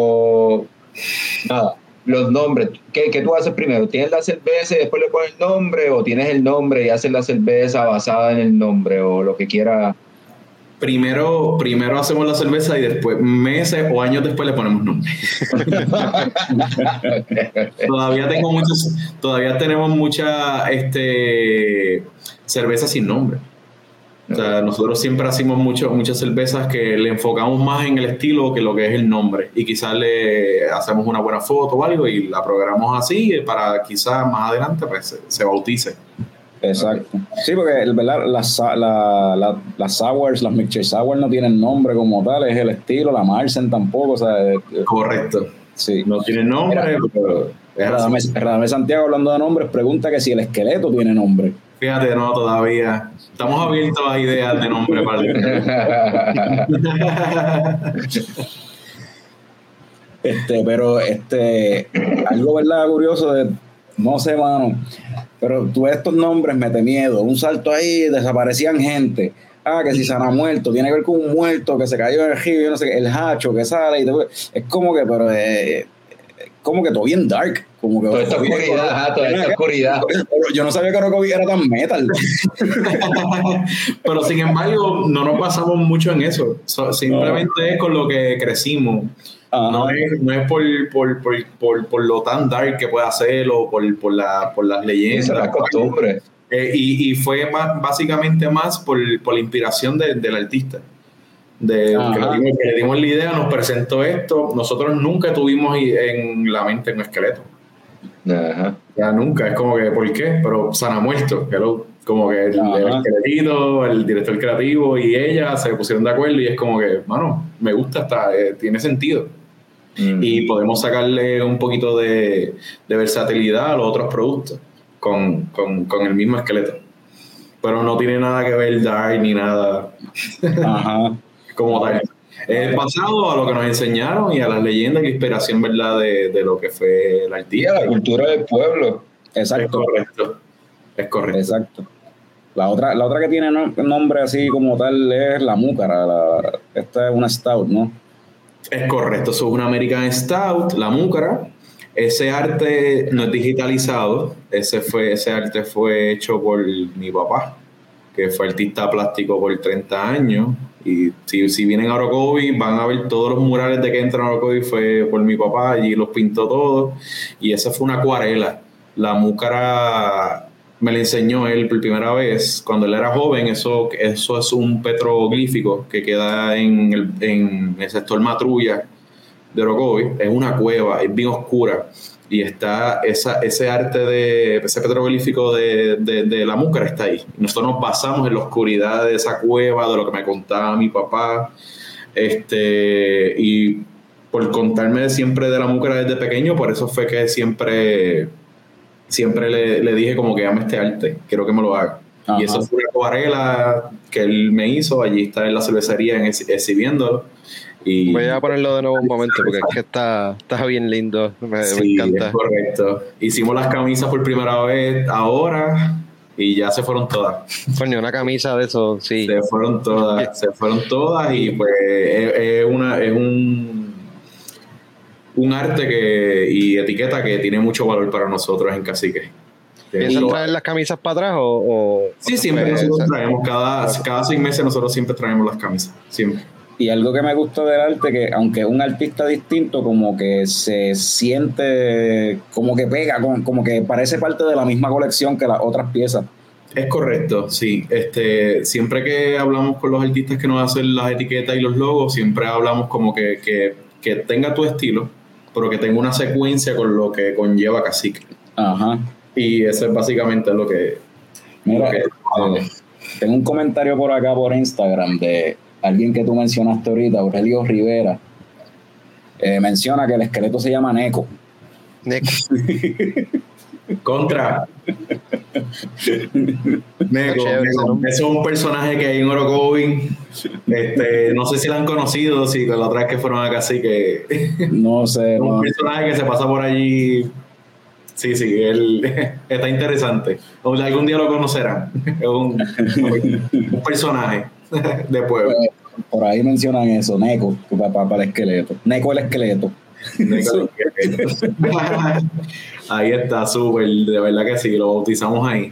C: los nombres, ¿qué tú haces primero? ¿Tienes la cerveza y después le pones el nombre, o tienes el nombre y haces la cerveza basada en el nombre, o lo que quiera?
D: Primero hacemos la cerveza y después, meses o años después, le ponemos nombre. Todavía tenemos mucha cerveza sin nombre. O sea, nosotros siempre hacemos muchas cervezas que le enfocamos más en el estilo que lo que es el nombre, y quizás le hacemos una buena foto o algo y la programamos así para quizás más adelante pues se bautice.
B: Exacto. Sí, porque ¿verdad? Las sours, las mixture sour no tienen nombre como tal, es el estilo, la Marsen tampoco, o sea,
D: correcto.
B: Sí.
D: No tiene nombre, pero
B: Radamés Santiago, hablando de nombres, pregunta que si el esqueleto tiene nombre.
D: Fíjate, no, todavía. Estamos abiertos a ideas de nombre para el
B: pero algo, ¿verdad? Curioso de, no sé, mano, pero tú estos nombres mete miedo. Un salto ahí, desaparecían gente. Que si se han muerto, tiene que ver con un muerto que se cayó en el río, yo no sé, el hacho que sale, y es como que, pero como que todo bien dark, como que
C: toda esta oscuridad.
B: Yo no sabía que Orocovi era tan metal.
D: Pero sin embargo, no nos basamos mucho en eso. Simplemente es con lo que crecimos. No es por lo tan dark que puede hacer o por las leyendas.
C: Esa es la costumbre.
D: Y fue básicamente más por la inspiración del artista. Que le dimos la idea, nos presentó esto. Nosotros nunca tuvimos en la mente un esqueleto.
C: Ajá.
D: Ya nunca, es como que, ¿por qué? Pero Sana Muerto, como que el esqueletito, el director creativo y ella se pusieron de acuerdo y es como que, mano, me gusta, tiene sentido. Y podemos sacarle un poquito de versatilidad a los otros productos con el mismo esqueleto. Pero no tiene nada que ver dark ni nada. Como tal. Es basado a lo que nos enseñaron y a las leyendas y la inspiración, ¿verdad? De lo que fue el artista.
C: La cultura del pueblo.
B: Exacto.
D: Es correcto.
B: Exacto. La otra que tiene nombre así como tal es la Múcara. Esta es una Stout, ¿no?
D: Es correcto. Eso es una American Stout, la Múcara. Ese arte no es digitalizado. Ese arte fue hecho por mi papá, que fue artista plástico por 30 años. Y si vienen a Orocovi, van a ver todos los murales de que entran a Orocovi fue por mi papá, allí los pintó todos. Y esa fue una acuarela. La Múcara me la enseñó él por primera vez cuando él era joven. Eso es un petroglífico que queda en el sector Matrulla de Orocovi. Es una cueva, es bien oscura. Y está ese arte ese petroglífico de la Múcara está ahí. Nosotros nos basamos en la oscuridad de esa cueva, de lo que me contaba mi papá. Y por contarme siempre de la Múcara desde pequeño, por eso fue que siempre le dije como que ame este arte, quiero que me lo haga. Ajá. Y eso fue una acuarela que él me hizo, allí está en la cervecería exhibiéndolo. Y
A: voy a ponerlo de nuevo un momento porque es que está bien lindo, me encanta.
D: Es correcto. Hicimos las camisas por primera vez ahora y ya se fueron todas.
A: Coño, una camisa de eso, sí.
D: Se fueron todas y pues es un arte y etiqueta que tiene mucho valor para nosotros en Cacique.
A: ¿Piensan traer las camisas para atrás o
D: sí, siempre nosotros traemos, cada 6 meses nosotros siempre traemos las camisas, siempre.
B: Y algo que me gusta del arte, que aunque es un artista distinto, como que se siente, como que pega, como que parece parte de la misma colección que las otras piezas.
D: Es correcto, sí. Siempre que hablamos con los artistas que nos hacen las etiquetas y los logos, siempre hablamos como que tenga tu estilo, pero que tenga una secuencia con lo que conlleva Cacique.
B: Ajá.
D: Y eso es básicamente lo que...
B: Mira, tengo un comentario por acá por Instagram de alguien que tú mencionaste ahorita, Aurelio Rivera. Menciona que el esqueleto se llama Neko.
D: Contra. Neko. Eso es un personaje que hay en Orocovi. No sé si lo han conocido, si la otra vez que fueron acá, sí que...
B: No sé.
D: Un personaje que se pasa por allí. Sí, él está interesante. Algún día lo conocerán. Es un personaje de pueblo.
B: Por ahí mencionan eso, Neko, para el esqueleto. Neko el esqueleto.
D: Ahí está, súper, de verdad que sí, lo bautizamos ahí.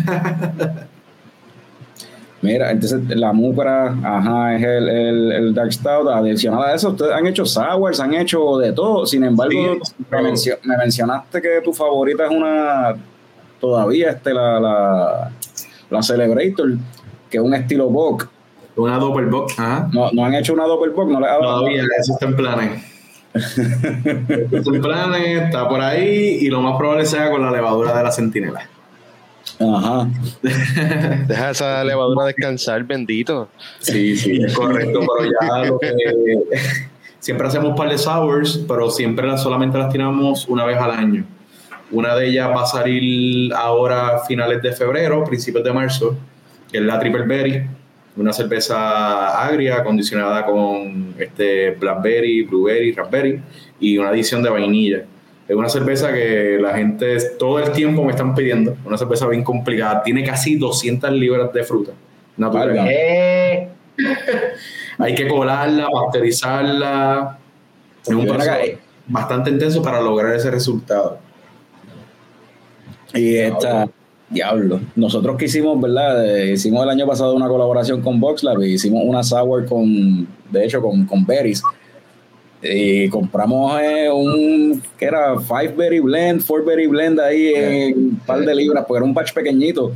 B: Mira, entonces la Mucra, ajá, es el Dark Stout. Adicional a eso, ustedes han hecho sours, han hecho de todo. Sin embargo,
D: sí,
B: me mencionaste que tu favorita es una, todavía la Celebrator, que es un estilo Bock.
D: Una Doppelbock, ajá.
B: No han hecho una Doppelbock, no le ha dado.
D: Todavía, eso está en planes. Está en planes, está por ahí, y lo más probable sea con la levadura de la Centinela.
B: Ajá.
A: Deja esa levadura descansar, bendito.
D: Sí, es correcto, pero ya siempre hacemos un par de sours, pero siempre solamente las tiramos una vez al año. Una de ellas va a salir ahora a finales de febrero, principios de marzo, que es la Triple Berry, una cerveza agria acondicionada con blackberry, blueberry, raspberry y una adición de vainilla. Es una cerveza que la gente todo el tiempo me están pidiendo. Una cerveza bien complicada. Tiene casi 200 libras de fruta natural. Hay que colarla, pasteurizarla. Es un proceso bastante intenso para lograr ese resultado.
B: Y diablo. Nosotros que hicimos, ¿verdad? Hicimos el año pasado una colaboración con VoxLab y hicimos una sour con berries. Y compramos que era 5 berry blend, 4 berry blend ahí en un par de libras, porque era un batch pequeñito.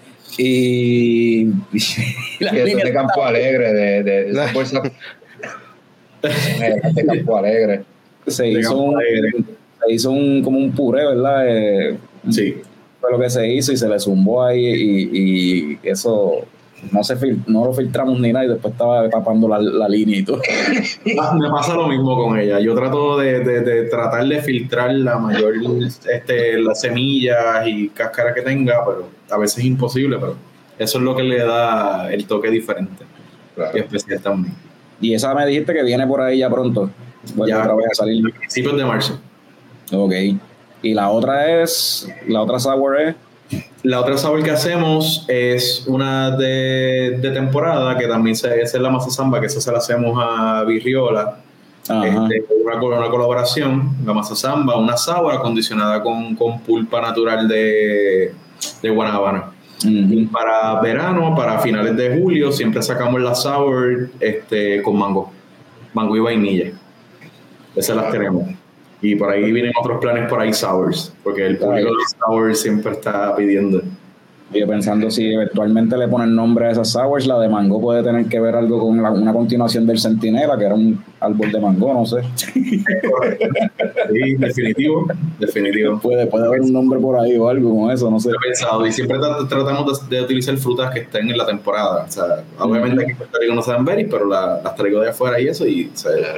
B: Y
C: la línea de Campo Alegre, de esa fuerza de Campo Alegre.
B: Se hizo como un puré, ¿verdad?
D: Sí.
B: Fue lo que se hizo y se le zumbó ahí y eso no lo filtramos ni nada y después estaba tapando la línea y todo.
D: Me pasa lo mismo con ella. Yo trato de tratar de filtrar la mayor las semillas y cáscara que tenga, pero a veces es imposible, pero eso es lo que le da el toque diferente. Claro. Y especial también.
B: Y esa me dijiste que viene por ahí ya pronto.
D: Ya otra vez a salir. A principios de marzo.
B: Ok. Y la otra sour es...
D: La otra sour que hacemos es una de temporada, que también es la Masa Samba, que esa se la hacemos a Virriola. Una colaboración, la Masa Samba, una sour acondicionada con pulpa natural de guanábana. Uh-huh. Para verano, para finales de julio, siempre sacamos la sour con mango y vainilla. Esas las tenemos. Y por ahí vienen otros planes por ahí sours, porque el público de sours siempre está pidiendo.
B: Yo pensando si eventualmente le ponen nombre a esas sours, la de mango puede tener que ver algo con una continuación del Centinela, que era un árbol de mango, no sé.
D: Sí, definitivo.
B: Puede haber un nombre por ahí o algo con eso, no sé.
D: He pensado, y siempre tratamos de utilizar frutas que estén en la temporada. O sea, obviamente aquí en Puerto Rico no se dan berries, pero las traigo de afuera y eso, y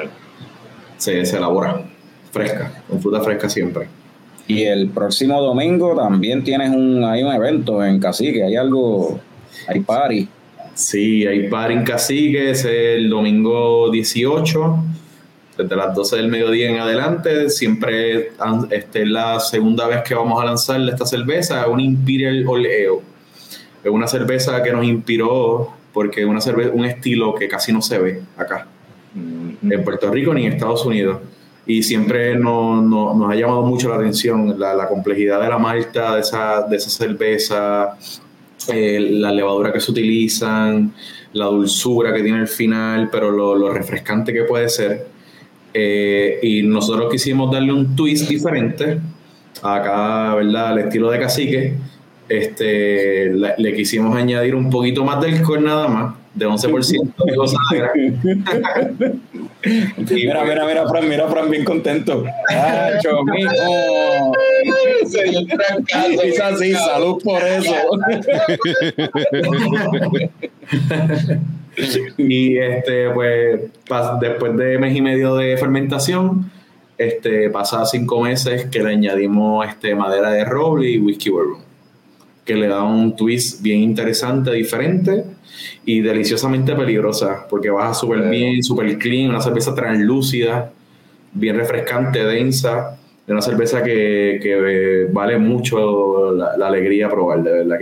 D: se elabora fresca, con fruta fresca siempre.
B: Y el próximo domingo también tienes un evento en Cacique, hay party.
D: Sí, hay party en Cacique, es el domingo 18, desde las 12 del mediodía en adelante. Siempre es la segunda vez que vamos a lanzar esta cerveza, una Imperial Ale. Es una cerveza que nos inspiró porque es un estilo que casi no se ve acá, en Puerto Rico ni en Estados Unidos. Y siempre nos ha llamado mucho la atención la complejidad de la malta, de esa cerveza, la levadura que se utilizan, la dulzura que tiene al final, pero lo refrescante que puede ser. Y nosotros quisimos darle un twist diferente acá, ¿verdad? Al estilo de Cacique. Le quisimos añadir un poquito más de alcohol nada más, de 11% de gozadera.
B: Mira, Fran, bien contento. Dice así, salud por eso.
D: Y pues después de mes y medio de fermentación, pasa 5 meses que le añadimos madera de roble y whisky bourbon, que le da un twist bien interesante, diferente y deliciosamente peligrosa, porque baja súper bien, súper clean, una cerveza translúcida, bien refrescante, densa, de una cerveza que vale mucho la alegría probar, de verdad que sí.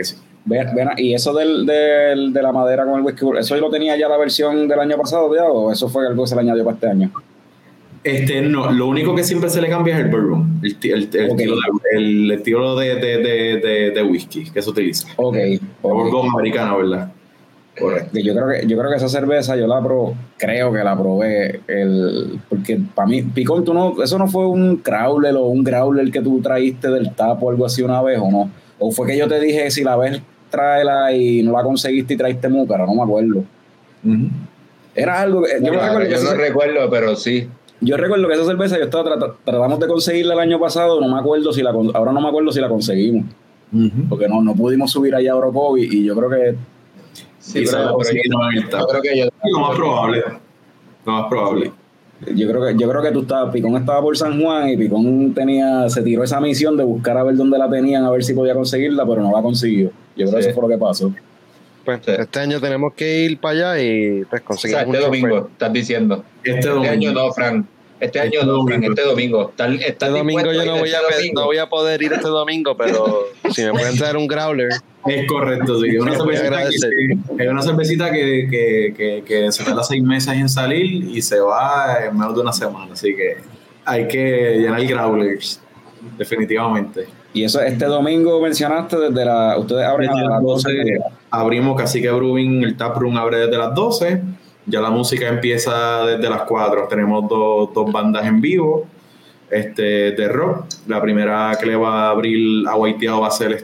B: Y eso de la madera con el whisky, ¿eso lo tenía ya la versión del año pasado ya, o eso fue algo que se le añadió para este año?
D: No, lo único que siempre se le cambia es el bourbon, el estilo de whisky que se utiliza.
B: Okay.
D: Bourbon americano, ¿verdad? Correcto.
B: Yo creo que esa cerveza yo creo que la probé, porque para mí, Picón, eso no fue un crawler o un growler que tú traíste del tap o algo así una vez, ¿o no? ¿O fue que yo te dije, si la ves, tráela y no la conseguiste y traíste múcara? No me acuerdo.
D: Uh-huh.
B: Era algo que...
C: Yo no recuerdo, pero sí.
B: Yo recuerdo que esa cerveza yo tratamos de conseguirla el año pasado, ahora no me acuerdo si la conseguimos.
D: Uh-huh.
B: Porque no pudimos subir allá a Orocovi y yo creo que...
C: Sí, pero yo creo que
D: lo más probable.
B: Yo creo que Picón estaba por San Juan y Picón se tiró esa misión de buscar a ver dónde la tenían, a ver si podía conseguirla, pero no la consiguió. Yo creo que eso fue lo que pasó.
A: Pues este año tenemos que ir para allá y pues conseguir.
C: O sea, este domingo, estás diciendo. Este año no, Frank. Este domingo.
A: Este domingo yo no voy a poder ir este domingo, pero si me pueden traer un growler.
D: Es correcto, sí. Es una cervecita que se tarda 6 meses en salir y se va en menos de una semana. Así que hay que llenar growlers, definitivamente.
B: Y eso, este domingo mencionaste ustedes abren
D: desde
B: a las 12.
D: Abrimos Cacique Brewing, el taproom abre desde las 12. Ya la música empieza desde las 4. Tenemos dos bandas en vivo de rock. La primera que le va a abrir a Guaiteado va a ser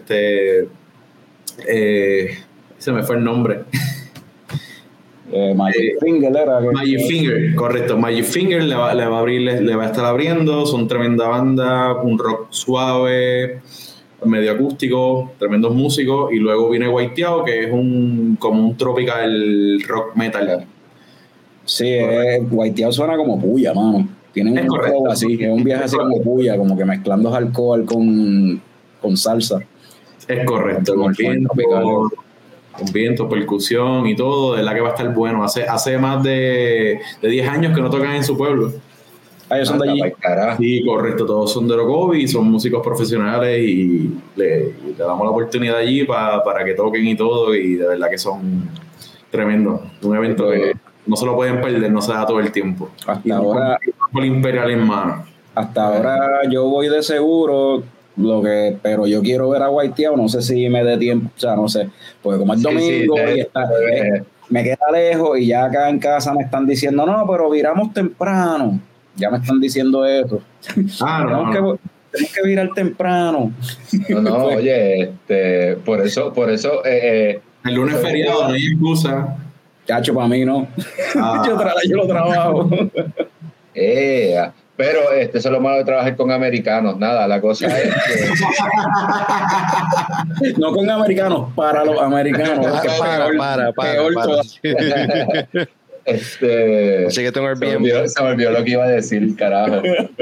D: se me fue el nombre.
B: Magic Finger era.
D: Magic Finger, correcto. Magic Finger le va a abrir, le va a estar abriendo. Son tremenda banda, un rock suave, medio acústico, tremendos músicos. Y luego viene Guaiteado, que es como un tropical rock metal.
B: Sí, Guaiteado suena como puya, mano. Tiene un flow así, es un viaje así como puya, como que mezclando alcohol con salsa.
D: Es correcto, con viento, percusión y todo, de la que va a estar bueno. Hace más de 10 años que no tocan en su pueblo.
B: Ellos son de allí.
D: Sí, correcto, todos son de Orocovi, son músicos profesionales y le damos la oportunidad allí para que toquen y todo, y de verdad que son tremendos. Un evento que no se lo pueden perder, no se da todo el tiempo.
B: Hasta ahora,
D: con el Imperial en mano.
B: Hasta ahora yo voy de seguro, pero yo quiero ver a Guaiteado, no sé si me dé tiempo, o sea, no sé, porque como es domingo y me queda lejos y ya acá en casa me están diciendo, no, pero viramos temprano, ya me están diciendo eso. Tenemos que virar temprano.
C: No, oye, por eso
D: el lunes feriado, no hay excusa.
B: Chacho, para mí no. Yo lo trabajo.
C: Pero eso es lo malo de trabajar con americanos. Nada, la cosa es
B: que... No con americanos, para los americanos.
A: Para. Así que tengo Airbnb.
C: Se me olvidó lo que iba a decir, carajo.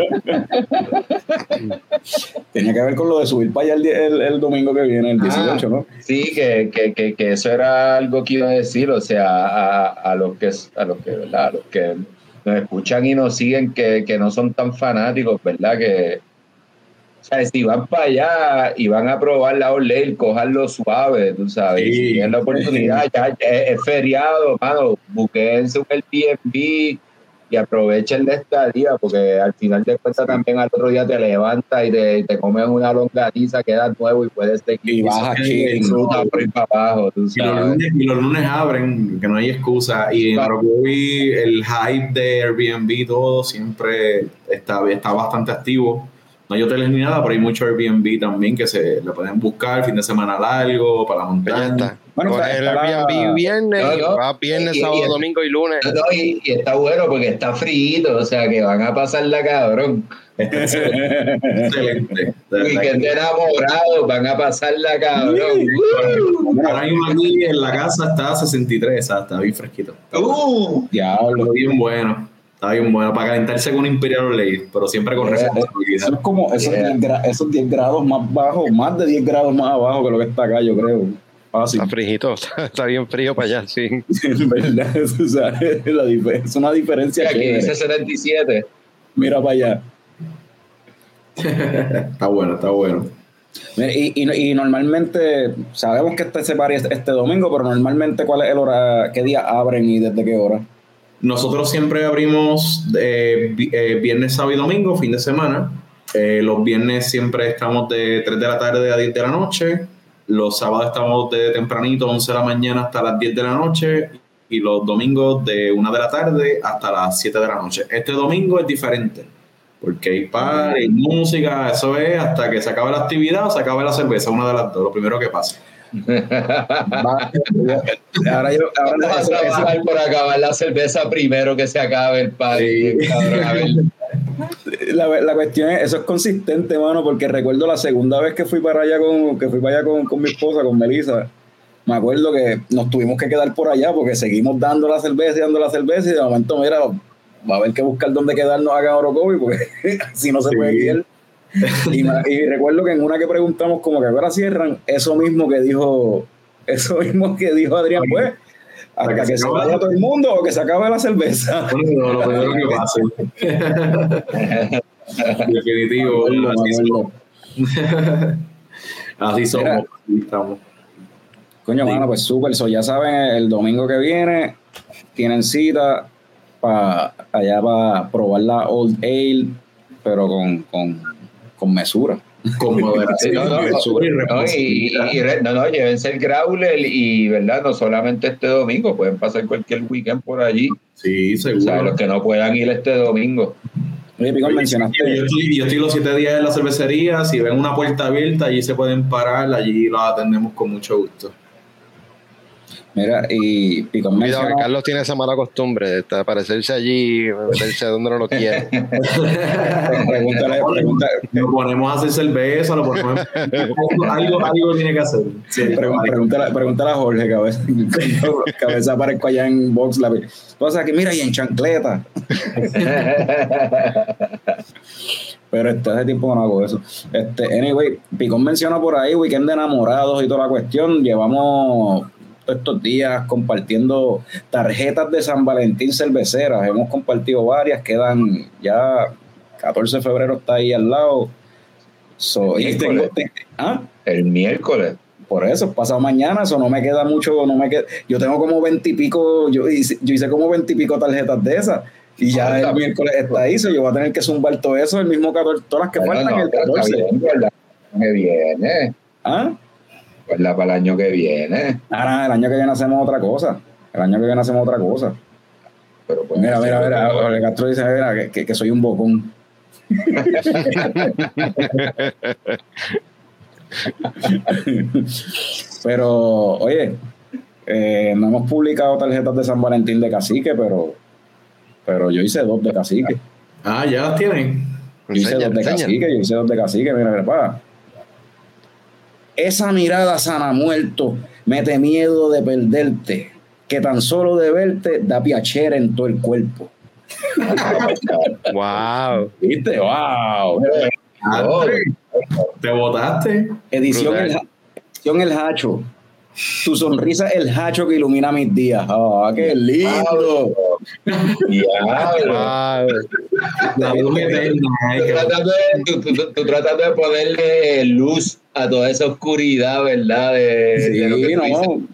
B: Tenía que ver con lo de subir para allá el domingo que viene, el 18, ¿no?
C: Sí, que eso era algo que iba a decir, o sea, a los que ¿verdad? A los que nos escuchan y nos siguen, que no son tan fanáticos, ¿verdad? Que, o sea, si van para allá y van a probar la Orleil, cojanlo suave, tú sabes. Sí, si tienen la oportunidad, ya es feriado, mano, búsquense un Airbnb y aprovechen la estadía, porque al final de cuentas también al otro día te levantas y te comes una longaniza, quedas nuevo y puedes seguir
B: y bajas
C: por ir para abajo, tú sabes.
D: Y los lunes abren, que no hay excusa, y en Orocovi el hype de Airbnb todo siempre está bastante activo. No hay hoteles ni nada, pero hay mucho Airbnb también que se le pueden buscar, fin de semana largo, para la montaña.
A: Bueno, el Airbnb viernes, va viernes, sábado, domingo y lunes.
C: Y está bueno porque está frito, o sea que van a pasarla cabrón.
D: Excelente.
C: Y que estén enamorados, van a pasarla cabrón.
D: Ahora mismo aquí en la casa está a 63, está bien fresquito.
B: Diablo.
D: Está bien bueno. Está bien bueno para calentarse con un Imperial Olay, pero siempre con responsabilidad.
B: Eso es como esos 10 grados más bajos, más de 10 grados más abajo que lo que está acá, yo creo.
A: Está frijito, está bien frío para allá, sí.
B: En verdad, o sea, es una diferencia.
C: Aquí dice 77.
B: Mira para allá.
D: Está bueno.
B: Y normalmente, sabemos que se paria este domingo, pero normalmente, ¿cuál es el hora? ¿Qué día abren y desde qué hora?
D: Nosotros siempre abrimos viernes, sábado y domingo, fin de semana. Los viernes siempre estamos de 3 de la tarde a 10 de la noche. Los sábados estamos de tempranito, 11 de la mañana hasta las 10 de la noche. Y los domingos de 1 de la tarde hasta las 7 de la noche. Este domingo es diferente, porque hay par, hay música, eso es hasta que se acabe la actividad o se acabe la cerveza, una de las dos, lo primero que pasa.
C: Ahora vamos a trabajar por acabar la cerveza primero que se acabe el party.
B: La cuestión es, eso es consistente, mano, porque recuerdo la segunda vez que fui para allá con mi esposa, con Melissa. Me acuerdo que nos tuvimos que quedar por allá porque seguimos dando la cerveza y de momento, mira, va a haber que buscar dónde quedarnos acá en Orocovi porque si no se puede ir. Y recuerdo que en una que preguntamos como que ahora cierran, eso mismo que dijo Adrián, pues, hasta que se vaya todo el mundo o que se acabe la cerveza.
D: Bueno, lo primero que pase. Definitivo. Así somos.
B: Mira,
D: así estamos.
B: Coño, mano, pues súper. Ya saben, el domingo que viene tienen cita allá para probar la Old Ale, pero con mesura.
D: Con moderación.
C: Llévense el growler y, ¿verdad? No solamente este domingo, pueden pasar cualquier weekend por allí.
D: Sí, seguro.
C: O sea, los que no puedan ir este domingo.
B: Oye, Picón, mencionaste.
D: Yo estoy los 7 días en la cervecería. Si ven una puerta abierta, allí se pueden parar. Allí los atendemos con mucho gusto.
B: Mira, y Picón
A: Cuidado, que Carlos tiene esa mala costumbre de aparecerse allí, meterse donde no lo quiere.
B: Pregúntale.
D: Lo ponemos a hacer cerveza, lo ponemos algo tiene que hacer. Sí,
B: pregúntale a Jorge, cabeza aparezco allá en Box Lab. Entonces aquí, mira, y en chancleta. Pero hace tiempo que no hago eso. Anyway, Picón menciona por ahí weekend de enamorados y toda la cuestión. Llevamos estos días compartiendo tarjetas de San Valentín cerveceras. Hemos compartido varias, quedan ya 14 de febrero está ahí al lado.
C: El miércoles.
B: Por eso, pasado mañana, eso no me queda mucho, yo tengo como 20 y pico, yo hice como 20 y pico tarjetas de esas. Y ya el miércoles está ahí, yo voy a tener que zumbar todo eso, el mismo 14, todas las que faltan el 14.
C: Que viene. Pues para el año que viene.
B: El año que viene hacemos otra cosa. Pero pues, mira, Jorge Castro dice, mira, que soy un bocón. Pero, oye, no hemos publicado tarjetas de San Valentín de Cacique, pero yo hice 2 de Cacique.
D: Ya las tienen.
B: Yo hice 2 de Cacique, mira, papá. Esa mirada sana muerto, mete miedo de perderte, que tan solo de verte da piacere en todo el cuerpo.
A: Wow.
B: ¿Viste? Wow.
D: ¿Te botaste?
B: Edición El Hacho. Tu sonrisa es el hacho que ilumina mis días. ¡Qué lindo!
C: Tú tratando de ponerle luz a toda esa oscuridad, ¿verdad? De lo que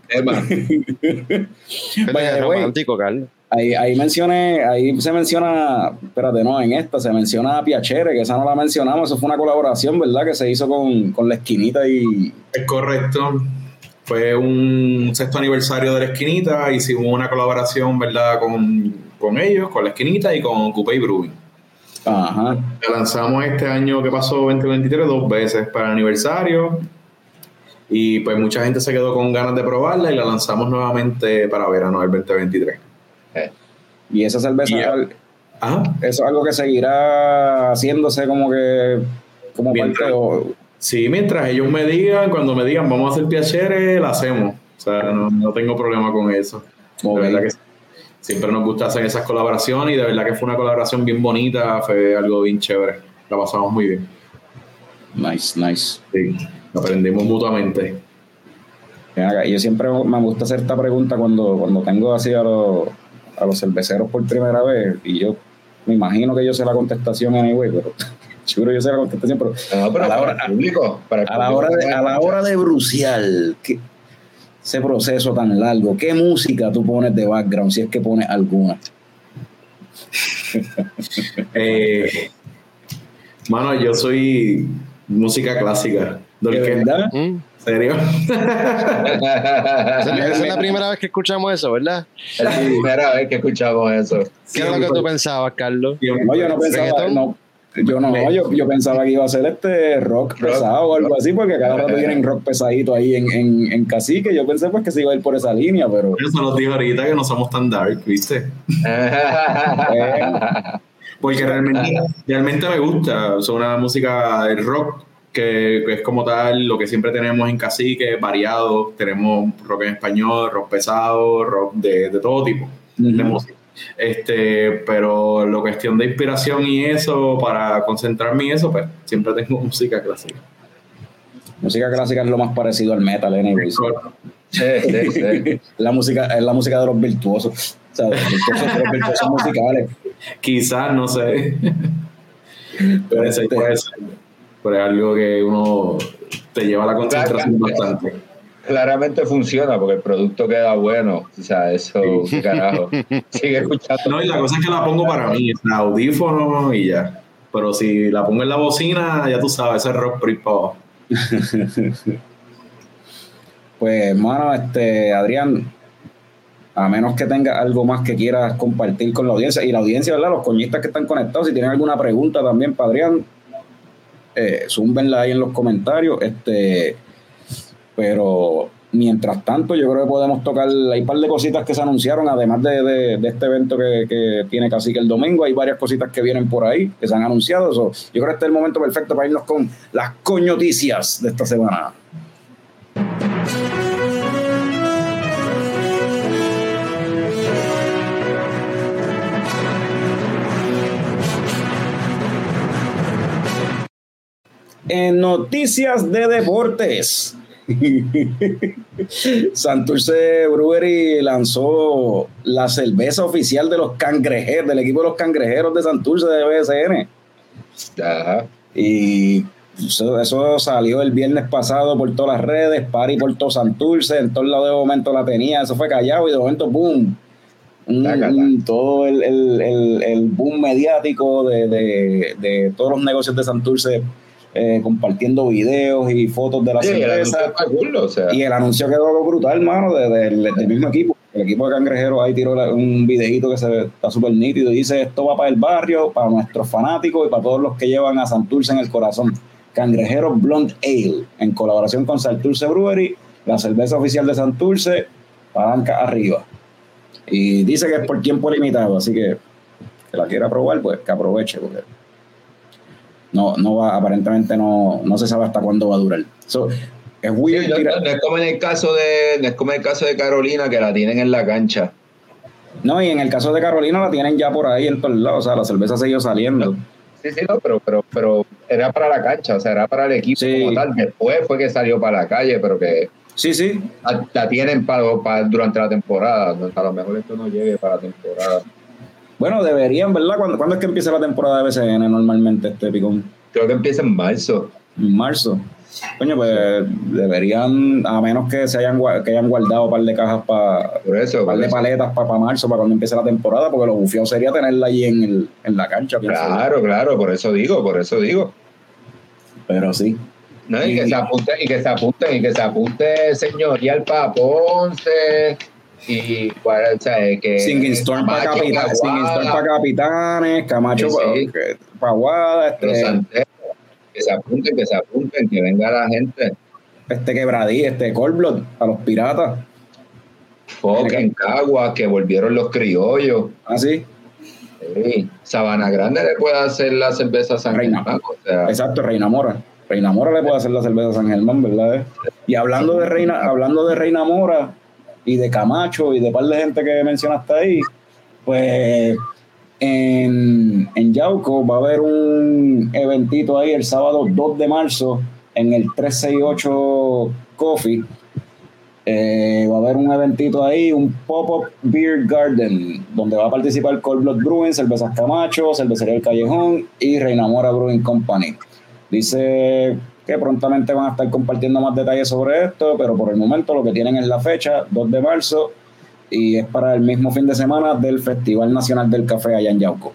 A: es romántico, Carlos.
B: Ahí se menciona, espérate, no, en esta se menciona a Piacere, que esa no la mencionamos, eso fue una colaboración, ¿verdad? Que se hizo con La Esquinita y...
D: Es correcto. Fue un 6º aniversario de La Esquinita, hicimos una colaboración, ¿verdad? Con ellos, con La Esquinita y con Coupé Brewing.
B: Ajá.
D: La lanzamos este año que pasó, 2023, 2 veces para el aniversario. Y pues mucha gente se quedó con ganas de probarla y la lanzamos nuevamente para verano del 2023.
B: Y esa cerveza, eso es algo que seguirá haciéndose como parte o...
D: Sí, mientras ellos me digan, cuando me digan vamos a hacer Piacere, la hacemos. O sea, no tengo problema con eso. De verdad que siempre nos gusta hacer esas colaboraciones y de verdad que fue una colaboración bien bonita, fue algo bien chévere. La pasamos muy bien.
B: Nice.
D: Sí, aprendimos mutuamente.
B: Yo siempre me gusta hacer esta pregunta cuando tengo así a los cerveceros por primera vez y yo me imagino que yo sé la contestación anyway, pero Seguro yo sé la contestación, pero,
C: No, pero
B: a la hora,
C: para el público,
B: a la hora de bruciar, ese proceso tan largo, ¿qué música tú pones de background, si es que pones alguna?
D: Mano, yo soy música clásica.
B: ¿De verdad?
D: ¿En serio?
A: Esa es la primera vez que escuchamos eso, ¿verdad?
C: Es la primera vez que escuchamos eso.
A: ¿Qué era lo que tú pensabas, Carlos?
B: No, yo no pensaba, yo pensaba que iba a ser rock pesado o algo así, porque cada rato tienen rock pesadito ahí en Cacique. Yo pensé pues que se iba a ir por esa línea, pero...
D: Eso nos dijo ahorita que no somos tan dark, ¿viste? Porque realmente me gusta. Es una música del rock que es como tal lo que siempre tenemos en Cacique, variado. Tenemos rock en español, rock pesado, rock de todo tipo de música. Pero la cuestión de inspiración y eso, para concentrarme en eso, pues siempre tengo música clásica.
B: Música clásica es lo más parecido al metal, anyways.
C: Sí.
B: La música es la música de los virtuosos, o sea, de los virtuosos musicales.
D: Quizás, no sé. Puede ser. Pero es algo que uno te lleva a la concentración bastante.
C: Claramente funciona porque el producto queda bueno. O sea, eso, carajo. Sigue escuchando.
D: No, y la cosa es que la pongo para mí, es audífono y ya. Pero si la pongo en la bocina, ya tú sabes, ese rock por ahí para abajo.
B: Pues, hermano, Adrián, a menos que tenga algo más que quieras compartir con la audiencia, y la audiencia, ¿verdad? Los coñistas que están conectados, si tienen alguna pregunta también para Adrián, zúmbenla ahí en los comentarios. Pero mientras tanto, yo creo que podemos tocar. Hay un par de cositas que se anunciaron, además de este evento que tiene Cacique el domingo. Hay varias cositas que vienen por ahí que se han anunciado. Yo creo que este es el momento perfecto para irnos con las coñoticias de esta semana. En noticias de deportes, Santurce Brewery lanzó la cerveza oficial de los cangrejeros, del equipo de los cangrejeros de Santurce de BSN.
C: Ajá.
B: Y eso salió el viernes pasado por todas las redes, party por todo Santurce, en todos lados de momento la tenía, eso fue callado y de momento boom. Todo el boom mediático de todos los negocios de Santurce, compartiendo videos y fotos de la cerveza. Y el anuncio quedó brutal, mano, del mismo equipo. El equipo de cangrejeros ahí tiró un videito que está súper nítido y dice: esto va para el barrio, para nuestros fanáticos y para todos los que llevan a Santurce en el corazón. Cangrejeros Blonde Ale, en colaboración con Santurce Brewery, la cerveza oficial de Santurce, palanca arriba. Y dice que es por tiempo limitado, así que la quiera probar, pues que aproveche, porque no va, aparentemente no se sabe hasta cuándo va a durar. Es weird.
C: Sí, no es como en el caso de Carolina, que la tienen en la cancha.
B: No, y en el caso de Carolina la tienen ya por ahí en todos lados, o sea, la cerveza siguió saliendo.
C: Sí, no, pero era para la cancha, o sea, era para el equipo como tal. Después fue que salió para la calle, pero que
B: sí.
C: La tienen para durante la temporada. A lo mejor esto no llegue para la temporada.
B: Bueno, deberían, ¿verdad? ¿Cuándo es que empieza la temporada de BCN normalmente, Picón?
C: Creo que empieza en marzo.
B: En marzo. Coño, pues deberían, a menos que hayan guardado un par de cajas un par de paletas para marzo, para cuando empiece la temporada, porque lo bufiado sería tenerla ahí en la cancha.
C: Claro, por eso digo.
B: Pero sí.
C: No, y que se apunte señorial para Ponce. Y o sea, que
B: Singing Storm para capitanes, Camacho para Aguada,
C: Los Santeros, que se apunten, que venga la gente.
B: Quebradí, Cold Blood, a los piratas.
C: En Caguas, que volvieron los criollos.
B: ¿Ah, sí?
C: Sí. Sabana Grande le puede hacer la cerveza San Germán.
B: Exacto, Reina Mora le puede hacer la cerveza San Germán, ¿verdad? Y hablando de Reina Mora y de Camacho y de par de gente que mencionaste ahí, pues en Yauco va a haber un eventito ahí el sábado 2 de marzo en el 368 Coffee. Va a haber un eventito ahí, un pop-up beer garden, donde va a participar Cold Blood Brewing, Cervezas Camacho, Cervecería El Callejón y Reina Mora Brewing Company. Dice que prontamente van a estar compartiendo más detalles sobre esto, pero por el momento lo que tienen es la fecha, 2 de marzo, y es para el mismo fin de semana del Festival Nacional del Café allá en Yauco.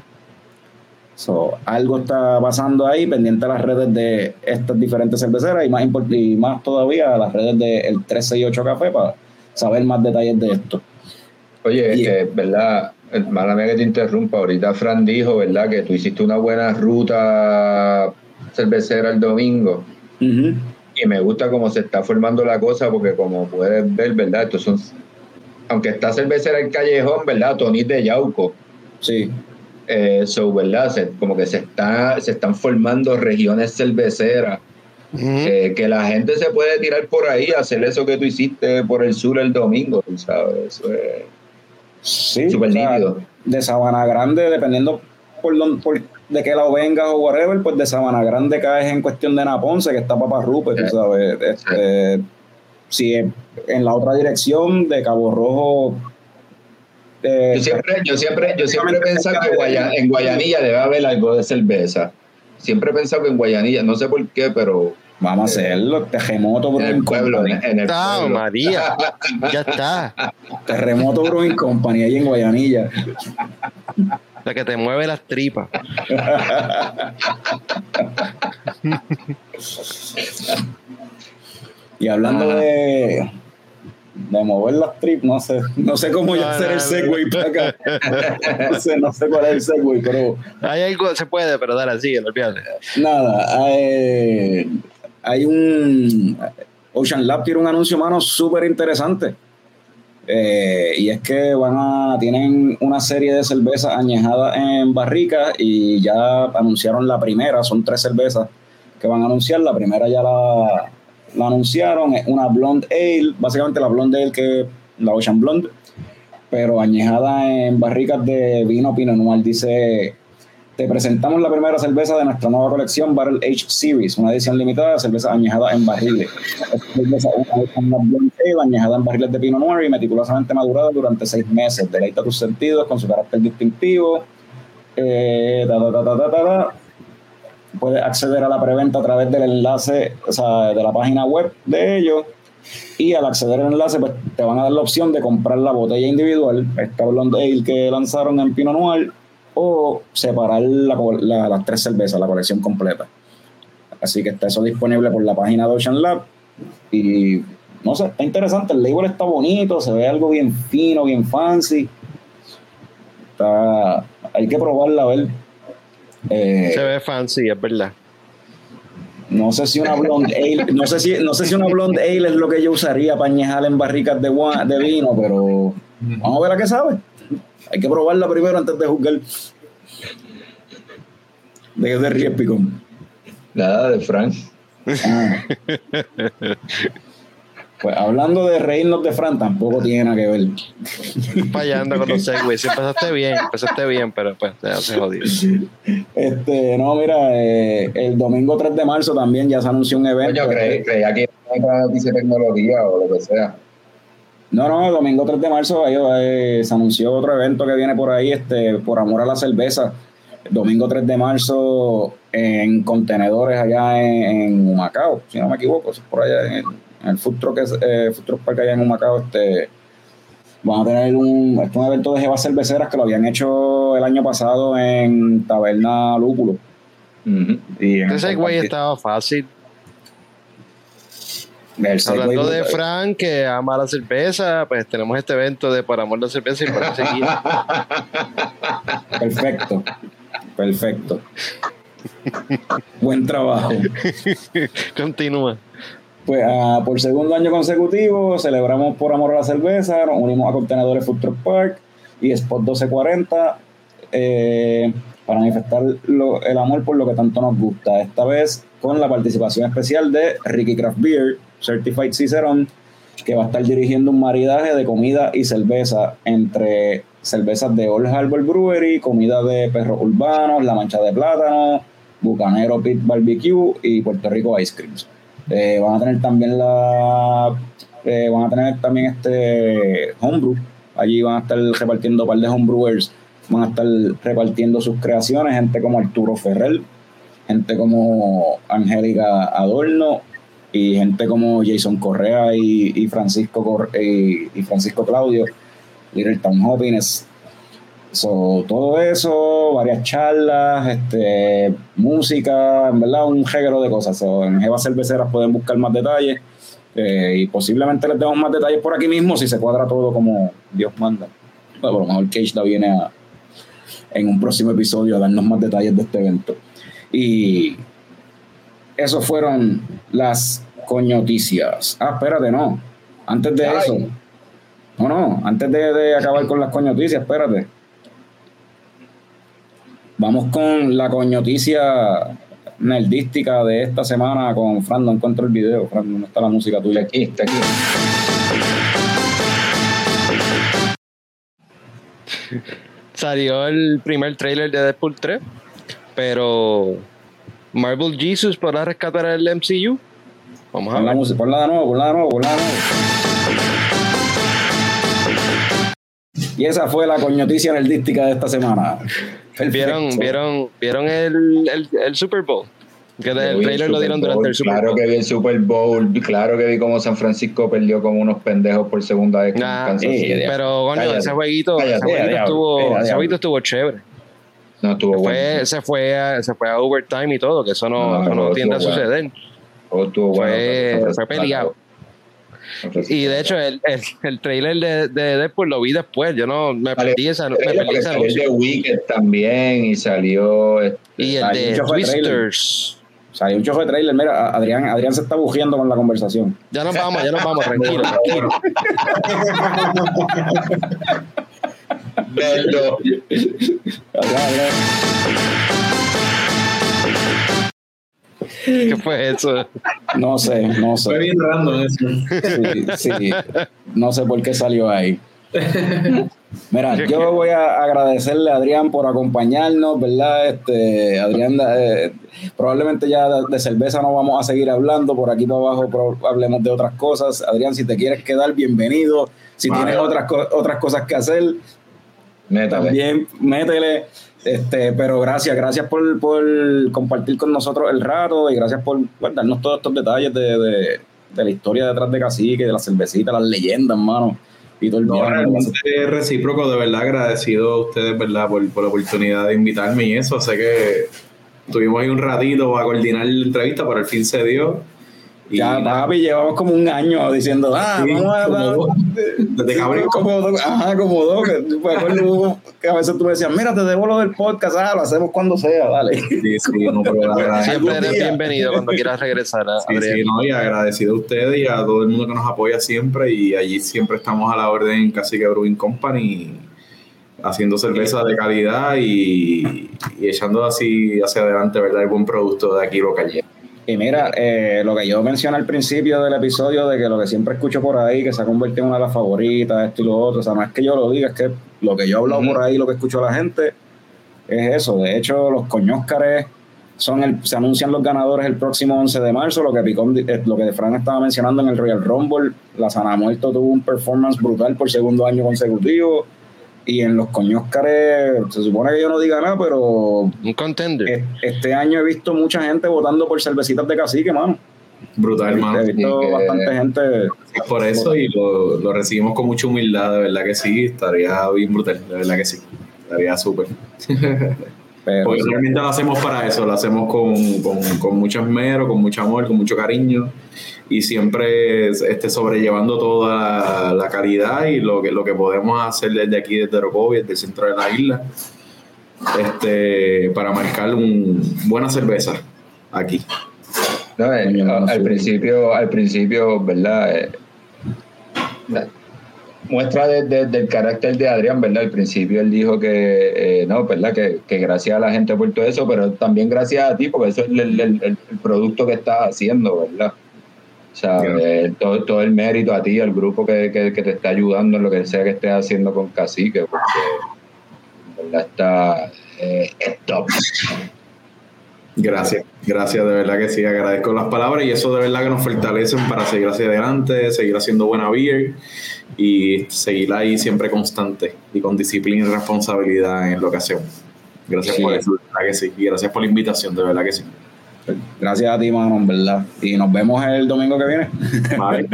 B: Algo está pasando ahí, pendiente a las redes de estas diferentes cerveceras y más todavía a las redes del 368 Café para saber más detalles de esto.
C: Oye, ¿verdad? Mala mía que te interrumpa, ahorita Fran dijo, ¿verdad? Que tú hiciste una buena ruta cervecera el domingo.
B: Uh-huh.
C: Y me gusta cómo se está formando la cosa, porque como puedes ver, ¿verdad? Estos son, aunque está Cervecera El Callejón, ¿verdad? Tony de Yauco.
B: Sí.
C: ¿Verdad? Como que se están formando regiones cerveceras.
A: Uh-huh.
C: Que la gente se puede tirar por ahí a hacer eso que tú hiciste por el sur el domingo, ¿sabes? Eso es súper nítido.
B: De Sabana Grande, dependiendo de qué lado vengas o whatever, pues de Sabana Grande caes en cuestión de Naponce, que está Papá Rupe, tú sabes. Si en la otra dirección, de Cabo Rojo.
C: Yo siempre he pensado que en Guayanilla debe haber algo de cerveza. Siempre he pensado que en Guayanilla, no sé por qué, pero
B: vamos a hacerlo. Terremoto
C: Brewing Company. En el
A: pueblo. María, ya está.
B: Terremoto Brewing Company ahí en Guayanilla.
A: La que te mueve las tripas.
B: Y hablando de mover las tripas, no sé cómo hacer el segue para acá. No sé cuál es el segue, pero
A: hay algo, se puede, pero dale, sigue, olvídate.
B: Nada, hay un Ocean Lab tiene un anuncio, mano, súper interesante. Y es que tienen una serie de cervezas añejadas en barricas y ya anunciaron la primera, son 3 cervezas que van a anunciar. La primera ya la anunciaron, es una Blonde Ale, básicamente la Blonde Ale que la Ocean Blonde, pero añejada en barricas de vino Pinot Noir. Dice: te presentamos la primera cerveza de nuestra nueva colección Barrel Age Series, una edición limitada de cerveza añejada en barriles. Esta cerveza es una Blonde Ale añejada en barriles de Pinot Noir y meticulosamente madurada durante 6 meses. Deleita tus sentidos con su carácter distintivo. Puedes acceder a la preventa a través del enlace, o sea, de la página web de ellos, y al acceder al enlace pues te van a dar la opción de comprar la botella individual, esta Blonde Ale que lanzaron en Pinot Noir, o separar las 3 cervezas, la colección completa. Así que está eso disponible por la página de Ocean Lab y no sé, está interesante, el label está bonito, se ve algo bien fino, bien fancy. Hay que probarla a ver.
A: Se ve fancy, es verdad.
B: No sé si una Blonde Ale, no sé si una Blonde Ale es lo que yo usaría para añejar en barricas de vino, pero vamos a ver a qué sabe. Hay que probarla primero antes de juzgar. ¿De qué te ríes, Picón?
C: Nada, de Frank.
B: Pues hablando de reírnos de Fran, tampoco tiene nada que ver.
A: Fallando con los segways. Empezaste bien, pero pues te hace jodido.
B: No, mira, el domingo 3 de marzo también ya se anunció un evento.
C: Yo creía que era noticia de tecnología o lo que sea.
B: No, el domingo 3 de marzo se anunció otro evento que viene por ahí, por amor a la cerveza. El domingo 3 de marzo en contenedores allá en Humacao, si no me equivoco, es por allá en el Food Truck Park allá en Humacao. Van a tener un evento de jevas cerveceras que lo habían hecho el año pasado en Taberna Lúpulo.
C: Uh-huh.
A: Ese güey estaba fácil. Hablando de Frank, que ama la cerveza, pues tenemos este evento de Por Amor a la Cerveza y para seguir.
B: Perfecto. Buen trabajo.
A: Continúa.
B: Pues por segundo año consecutivo celebramos Por Amor a la Cerveza, nos unimos a Contenedores Food Truck Park y Spot 1240 para manifestar el amor por lo que tanto nos gusta. Esta vez con la participación especial de Ricky Craft Beer, Certified Cicerón, que va a estar dirigiendo un maridaje de comida y cerveza entre cervezas de Old Harbor Brewery, comida de Perros Urbanos, La Mancha de Plátano, Bucanero Pit Barbecue y Puerto Rico Ice Creams. Van a tener también van a tener también homebrew. Allí van a estar repartiendo un par de homebrewers, van a estar repartiendo sus creaciones, gente como Arturo Ferrer, gente como Angélica Adorno y gente como Jason Correa y Francisco Claudio, Little Town Happiness. Todo eso, varias charlas, música, en verdad un reguero de cosas. En Jeva Cerveceras pueden buscar más detalles y posiblemente les demos más detalles por aquí mismo si se cuadra todo como Dios manda. Bueno, a lo mejor Keishla viene en un próximo episodio a darnos más detalles de este evento. Y eso fueron las coñoticias. Espérate, no. Antes de eso. No, antes de acabar con las coñoticias, espérate. Vamos con la coñoticia nerdística de esta semana con Fran. No encuentro el video. Fran, ¿dónde está la música tuya?
C: Está aquí.
A: Salió el primer trailer de Deadpool 3, pero Marvel Jesus podrá rescatar el MCU. Vamos a ver.
B: Ponla de nuevo. Y esa fue la coñoticia nerdística de esta semana.
A: ¿Vieron el Super Bowl? Que el trailer lo dieron durante el Super Bowl.
C: Claro que vi el Super Bowl, claro que vi cómo San Francisco perdió con unos pendejos por segunda vez con Kansas City.
A: Pero coño, ese jueguito estuvo chévere.
C: No estuvo bueno.
A: Se fue a overtime y todo, que eso no tiende a suceder. Fue peleado. Y de hecho el trailer de Deadpool lo vi después. Yo no me perdí esa
C: salió el de Wicked también y salió
A: y el de Twisters.
B: Salió un chojo de trailer. Mira, Adrián se está bujeando con la conversación.
A: Ya nos vamos, tranquilo. ¿Qué fue eso?
B: No sé.
D: Fue bien random eso.
B: Sí. No sé por qué salió ahí. Mira, yo voy a agradecerle a Adrián por acompañarnos, ¿verdad? Adrián, probablemente ya de cerveza no vamos a seguir hablando, por aquí para abajo hablemos de otras cosas. Adrián, si te quieres quedar, bienvenido. Si tienes otras cosas que hacer, también métele. Pero gracias por compartir con nosotros el rato y gracias por darnos todos estos detalles de la historia detrás de Cacique, de la cervecita, las leyendas, hermano. Y todo el
D: realmente recíproco, de verdad agradecido a ustedes, ¿verdad? Por la oportunidad de invitarme y eso. Sé que tuvimos ahí un ratito a coordinar la entrevista, pero al fin se dio. Y
B: ya, papi, llevamos como un año diciendo,
D: sí,
B: vamos a...
D: Desde cabrón.
B: Como dos. Que a veces tú me decías, mira, te debo lo del podcast, lo hacemos cuando sea, dale.
D: Sí, no, pero la verdad.
A: Siempre eres bienvenido cuando quieras regresar.
D: Y agradecido a ustedes y a todo el mundo que nos apoya siempre, y allí siempre estamos a la orden en Cacique Brewing Company, haciendo cerveza de calidad y echando así hacia adelante, ¿verdad? El buen producto de aquí local.
B: Y mira, lo que yo mencioné al principio del episodio, de que lo que siempre escucho por ahí, que se ha convertido en una de las favoritas, esto y lo otro, o sea, no es que yo lo diga, es que lo que yo he hablado por ahí, lo que escucho a la gente, es eso. De hecho, los coñóscares se anuncian los ganadores el próximo 11 de marzo, lo que Fran estaba mencionando en el Royal Rumble. La Sana Muerto tuvo un performance brutal por segundo año consecutivo. Y en los coñóscares, se supone que yo no diga nada, pero
A: un contender.
B: Este año he visto mucha gente votando por cervecitas de Cacique, mano.
D: Brutal, mano.
B: He visto bastante gente.
D: Por eso, y lo recibimos con mucha humildad, de verdad que sí. Estaría bien brutal, de verdad que sí. Estaría súper. Porque realmente lo hacemos para eso, lo hacemos con mucho esmero, con mucho amor, con mucho cariño, y siempre sobrellevando toda la calidad y lo que podemos hacer desde aquí, desde Orocovis, desde el centro de la isla, para marcar buena cerveza aquí.
C: No, al principio, ¿verdad? Muestra del carácter de Adrián, ¿verdad? Al principio él dijo que no, ¿verdad? Que gracias a la gente por todo eso, pero también gracias a ti, porque eso es el producto que estás haciendo, ¿verdad? O sea, todo el mérito a ti, al grupo que te está ayudando en lo que sea que estés haciendo con Cacique, porque ¿verdad? Está top.
D: Gracias, de verdad que sí, agradezco las palabras y eso de verdad que nos fortalecen para seguir hacia adelante, seguir haciendo buena beer y seguir ahí siempre constante y con disciplina y responsabilidad en lo que hacemos. Gracias por eso, de verdad que sí, y gracias por la invitación, de verdad que sí.
B: Gracias a ti, mano, en verdad. Y nos vemos el domingo que viene.
D: Vale,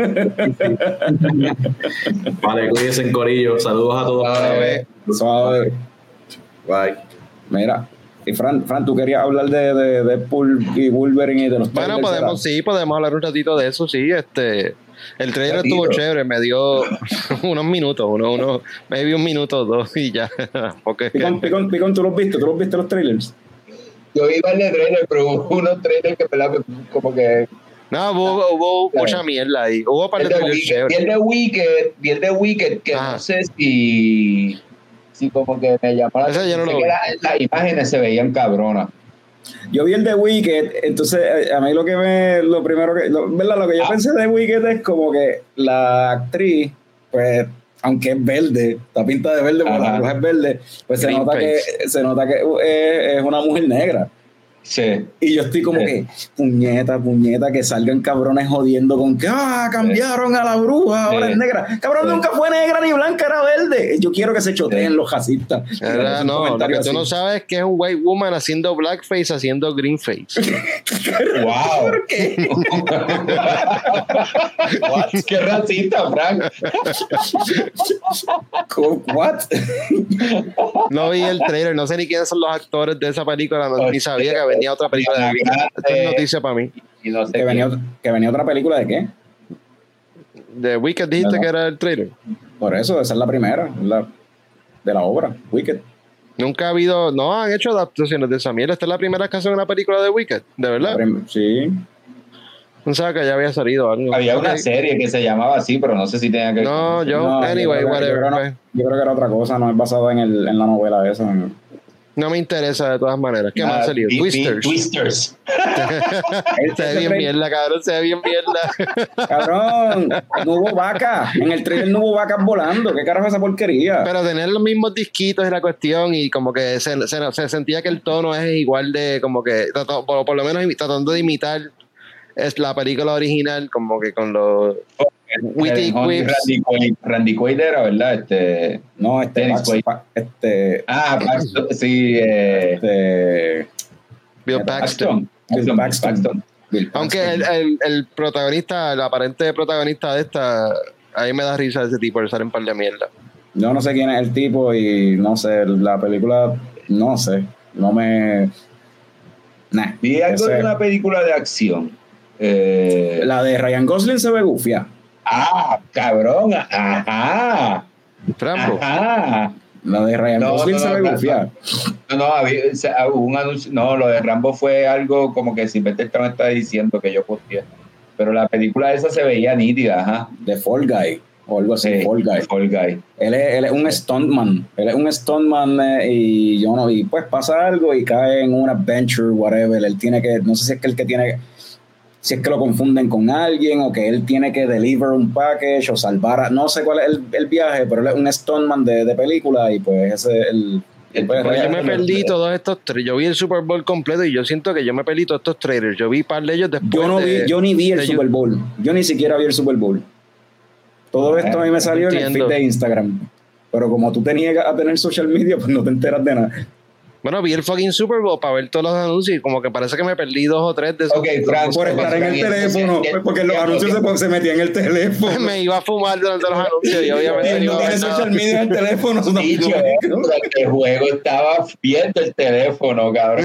D: vale, cuídense en corillo, saludos a todos.
B: Suave.
D: Bye.
B: Mira. Y Fran, tú querías hablar de Deadpool y Wolverine y de los
A: trailers. Bueno, podemos hablar un ratito de eso, sí. El trailer estuvo chévere, me dio unos minutos, maybe un minuto o dos y ya. Porque
B: Picón, ¿tú los viste los trailers?
C: Yo iba al de trailer, pero hubo unos trailers que como que...
A: No, hubo mucha mierda ahí. Hubo un par de trailers chéveres.
C: Vi el de Wicked, que no sé si como que me llamó la atención. Las imágenes se veían cabronas.
B: Yo vi el de Wicked, entonces a mí lo primero que yo pensé de Wicked es como que la actriz, pues, aunque es verde, está pintada de verde porque la bruja es verde, pues se nota que es una mujer negra.
C: Sí.
B: Y yo estoy como que, puñeta, que salgan cabrones jodiendo con que cambiaron a la bruja, ahora es negra. Cabrón, nunca fue negra ni blanca, era verde. Yo quiero que se choteen los racistas.
A: No, lo que tú no sabes es que es un white woman haciendo blackface, haciendo greenface.
C: ¡Wow! ¿Por qué? ¡Qué racista, Frank!
B: ¿What?
C: No
A: vi el trailer, no sé ni quiénes son los actores de esa película, ni sabía que venía otra película de Wicked. Esto es noticia para mí.
C: Y no sé
B: que venía otra película de qué?
A: De Wicked dijiste que era el trailer.
B: Por eso, esa es la primera, de la obra, Wicked.
A: Nunca ha habido, no han hecho adaptaciones de esa mierda. Esta es la primera que hacen una película de Wicked, ¿de verdad?
B: Sí.
A: No sabía que ya había salido algo.
C: Había una serie que se llamaba así, pero no sé si tenía que...
A: Anyway, whatever.
B: Yo creo que era otra cosa, no es basada en la novela esa.
A: No me interesa de todas maneras. ¿Qué más ha salido?
C: Twisters.
A: Se ve bien mierda, cabrón. Se ve bien mierda.
B: Cabrón, no hubo vacas. En el trailer no hubo vacas volando. ¿Qué carajo es esa porquería?
A: Pero tener los mismos disquitos es la cuestión y como que se sentía que el tono es igual de como que, por lo menos tratando de imitar es la película original, como que con los...
C: Witty quips. Randy Quaid era, ¿verdad?
B: No,
C: Paxton, sí.
A: Bill Paxton. Aunque el protagonista, el aparente protagonista de esta, a mí me da risa ese tipo, de sale en par de mierda.
B: Yo no sé quién es el tipo y no sé, la película, no sé, no me...
C: Vi algo de una película de acción.
B: La de Ryan Gosling se ve gufia.
C: Cabrón, ajá.
A: Trampo.
C: Ajá.
B: La de Ryan Gosling se ve gufia.
C: Hubo un anuncio. No, lo de Rambo fue algo como que Sylvester Stallone está diciendo que yo posteé. Pero la película esa se veía nítida, ajá.
B: De Fall Guy, o algo así, Fall Guy. Él es un stuntman. Y pues pasa algo y cae en un adventure, whatever. Él tiene que, no sé si es que el que tiene... Si es que lo confunden con alguien o que él tiene que deliver un package o salvar, no sé cuál es el viaje, pero él es un stuntman de película y pues ese es el...
A: Yo me perdí todos estos trailers. Yo vi el Super Bowl completo y yo siento que yo me perdí todos estos trailers. Yo vi un par de ellos después.
B: Yo ni vi el Super Bowl. Yo ni siquiera vi el Super Bowl. Todo esto a mí me salió en el feed de Instagram. Pero como tú tenías a tener social media, pues no te enteras de nada.
A: Bueno, vi el fucking Super Bowl para ver todos los anuncios y como que parece que me perdí 2 o 3 de esos.
C: Frank,
B: por estar en el teléfono, porque los anuncios se metían en el teléfono.
A: Me iba a fumar durante los anuncios y obviamente
B: no tiene social media en el teléfono.
C: El juego estaba viendo el teléfono, cabrón.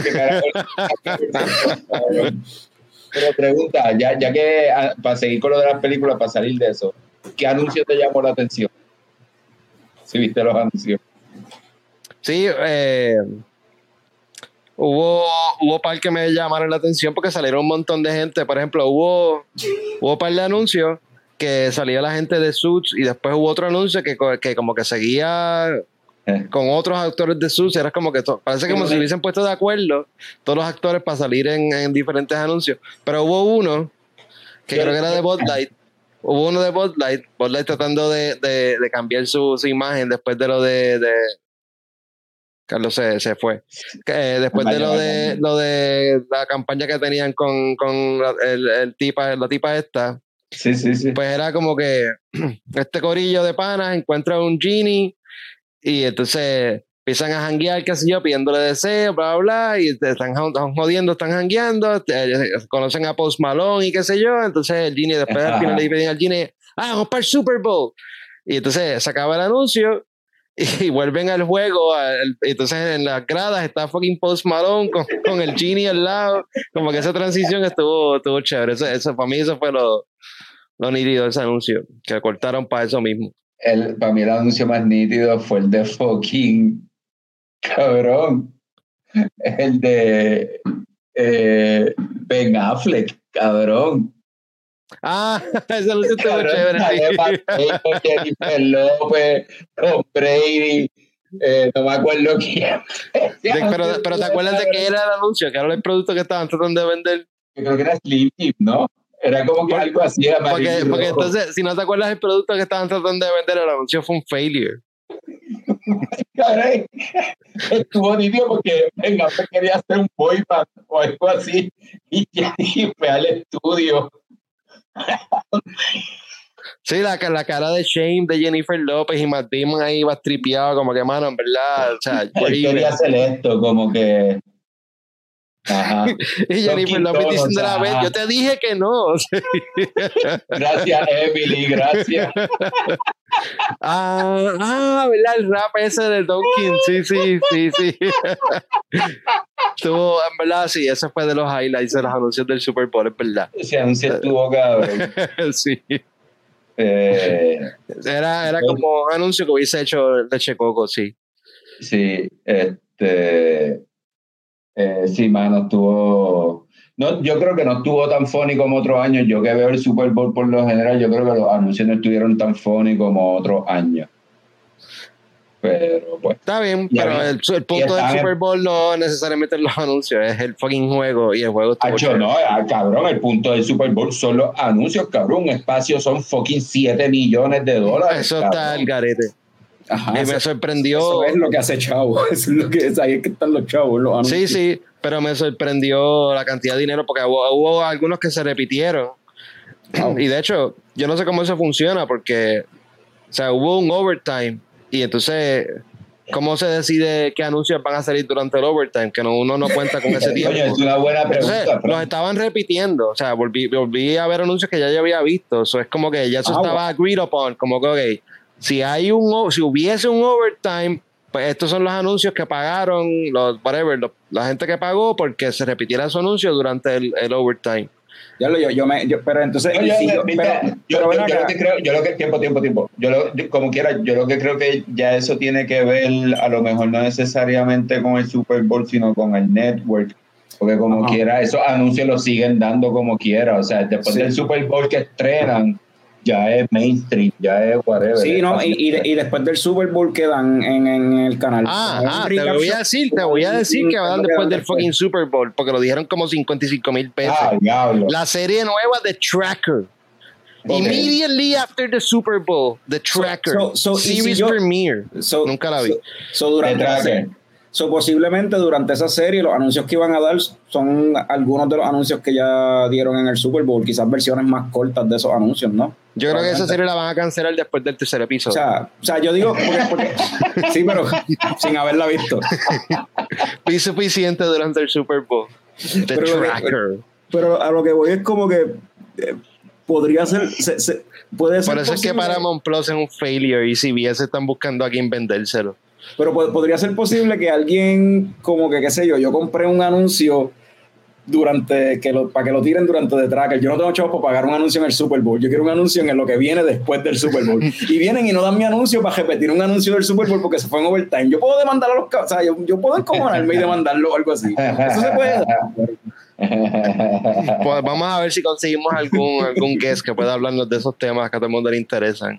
C: Pero pregunta, ya que para seguir con lo de las películas, para salir de eso, ¿qué anuncio te llamó la atención? Si viste los anuncios.
A: Sí, hubo par que me llamaron la atención porque salieron un montón de gente. Por ejemplo, hubo par de anuncios que salía la gente de Suits y después hubo otro anuncio que como que seguía con otros actores de Suits. Era como que parece como si hubiesen puesto de acuerdo todos los actores para salir en diferentes anuncios. Pero hubo uno que creo que era de Bud Light. Hubo uno de Bud Light tratando de cambiar su imagen después de lo de Carlos se fue. Después de lo de la campaña que tenían con la tipa esta.
C: Sí.
A: Pues era como que este corillo de panas encuentra un genie y entonces empiezan a janguear, qué sé yo, pidiéndole deseos, bla, bla, bla, y están jodiendo, están jangueando, conocen a Post Malone y qué sé yo, entonces el genie después al final le piden al genie, vamos para el Super Bowl. Y entonces se acaba el anuncio y vuelven al juego. Entonces en las gradas está fucking Post Malone con el genie al lado. Como que esa transición estuvo chévere. Eso para mí eso fue lo nítido de ese anuncio, que cortaron para eso mismo.
C: Para mí el anuncio más nítido fue el de fucking cabrón. El de Ben Affleck, cabrón.
A: Ese anuncio estuvo chévere.
C: Jennifer López con Brady. No me acuerdo quién.
A: Pero ¿te acuerdas de qué era el anuncio? ¿Qué era el producto que estaban tratando de vender?
C: Yo creo que era Slim Jim, ¿no? Era como que algo así.
A: Porque entonces, si no te acuerdas del producto que estaban tratando de vender, el anuncio fue un failure.
C: Caray, estuvo nítido porque venga, me quería hacer un boy band o algo así y fue al estudio.
A: Sí, la cara de Shane, de Jennifer López y Matt Damon ahí iba tripeado, como que, mano, en verdad, o sea,
C: él quería hacer esto, como que ajá.
A: Y Jennifer López diciendo la vez, yo te dije que no.
C: Gracias, Emily, gracias.
A: ¿Verdad? El rap ese de Donkin, sí. Estuvo, en verdad, sí, ese fue de los highlights de los anuncios del Super Bowl, es verdad.
C: Ese anuncio estuvo cabrón.
A: Sí. Era como un anuncio que hubiese hecho Leche Coco, sí.
C: Sí, sí, mano, estuvo. No, yo creo que no estuvo tan funny como otros años. Yo que veo el Super Bowl por lo general, yo creo que los anuncios no estuvieron tan funny como otros años. Pero pues.
A: Está bien, pero el punto del Super Bowl no necesariamente los anuncios, es el fucking juego y el juego
C: estuvo no, cabrón, el punto del Super Bowl son los anuncios, cabrón. Un espacio son fucking $7 millones.
A: Eso
C: cabrón.
A: Está al garete.
B: Ajá,
A: y me sorprendió.
B: Eso es lo que hace Chavo. Eso es lo que es. Ahí es que están los chavos, los anuncios.
A: Sí, pero me sorprendió la cantidad de dinero porque hubo algunos que se repitieron. Y de hecho, yo no sé cómo eso funciona porque, o sea, hubo un overtime y entonces, ¿cómo se decide qué anuncios van a salir durante el overtime? Que uno no cuenta con ese tiempo.
C: Oye, es una buena pregunta.
A: Entonces, los estaban repitiendo. O sea, volví a ver anuncios que ya yo había visto. Eso es como que ya eso estaba agreed upon. Como que, okay, si hubiese un overtime, pues estos son los anuncios que pagaron, la gente que pagó porque se repitiera su anuncio durante el overtime.
B: Pero entonces
C: yo lo que tiempo. Como quiera, yo lo que creo que ya eso tiene que ver, a lo mejor no necesariamente con el Super Bowl, sino con el network. Porque como quiera, esos anuncios los siguen dando como quiera. O sea, después del Super Bowl que estrenan, ya es mainstream, ya es whatever.
B: Sí, no, y después del Super Bowl quedan en el canal.
A: Te voy a decir que van después del fucking Super Bowl, porque lo dijeron como 55,000 pesos. La serie nueva de Tracker. Okay. Immediately after the Super Bowl, the Tracker. Series premiere. Nunca la vi.
B: Posiblemente durante esa serie los anuncios que iban a dar son algunos de los anuncios que ya dieron en el Super Bowl, quizás versiones más cortas de esos anuncios, ¿no?
A: Yo creo que esa serie la van a cancelar después del tercer episodio.
B: O sea, yo digo porque sí, pero sin haberla visto.
A: Vi suficiente durante el Super Bowl. The Tracker.
B: Pero a lo que voy es como que podría ser puede ser.
A: Por eso es que Paramount Plus es un failure y CBS están buscando a quien vendérselo.
B: Pero podría ser posible que alguien, como que, qué sé yo compré un anuncio para que lo tiren durante The Tracker. Yo no tengo chavos para pagar un anuncio en el Super Bowl. Yo quiero un anuncio en lo que viene después del Super Bowl. Y vienen y no dan mi anuncio para repetir un anuncio del Super Bowl porque se fue en overtime. Yo puedo demandar a los... O sea, yo puedo encojonarme y demandarlo o algo así. Eso se puede dar.
A: Pues vamos a ver si conseguimos algún guest que pueda hablarnos de esos temas que a todo el mundo le interesan.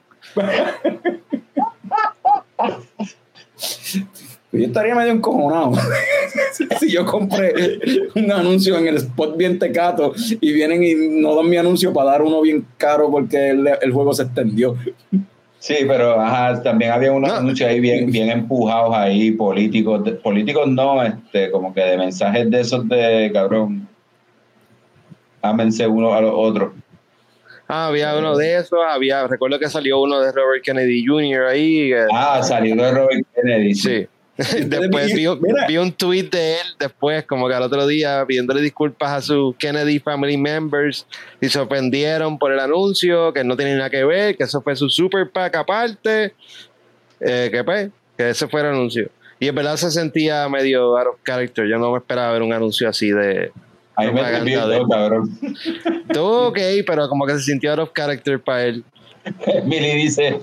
B: Yo estaría medio encojonado si yo compré un anuncio en el spot bien tecato y vienen y no dan mi anuncio para dar uno bien caro porque el juego se extendió.
C: Sí, pero también había unos anuncios ahí bien empujados ahí, políticos no, como que de mensajes de esos de cabrón, ámense unos a los otros.
A: Había uno de esos, recuerdo que salió uno de Robert Kennedy Jr. ahí.
C: Salió de Robert Kennedy.
A: Sí. Después vi un tweet de él después, como que al otro día, pidiéndole disculpas a sus Kennedy family members y se ofendieron por el anuncio, que no tiene nada que ver, que eso fue su super PAC aparte, que ese fue el anuncio. Y en verdad se sentía medio out of character. Yo no me esperaba ver un anuncio así de
C: ahí me todo, cabrón.
A: Todo ok, pero como que se sintió out of character para él.
C: Billy dice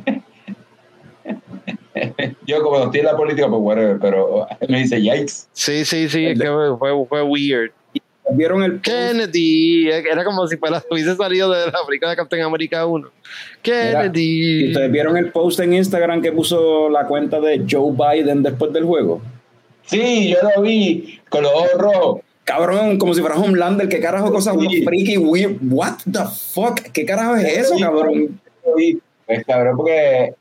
C: yo como no estoy en la política, pues whatever, pero me dice yikes.
A: Sí, es que fue weird.
B: ¿Vieron el
A: Kennedy? Era como si hubiese salido de la película de Captain America 1. Kennedy.
B: Mira, ¿ustedes vieron el post en Instagram que puso la cuenta de Joe Biden después del juego?
C: Sí, yo lo vi, con los ojos rojos.
B: Cabrón, como si fuera Homelander. ¿Qué carajo cosas freaky weird? What the fuck? ¿Qué carajo es eso, cabrón?
C: Pues cabrón, porque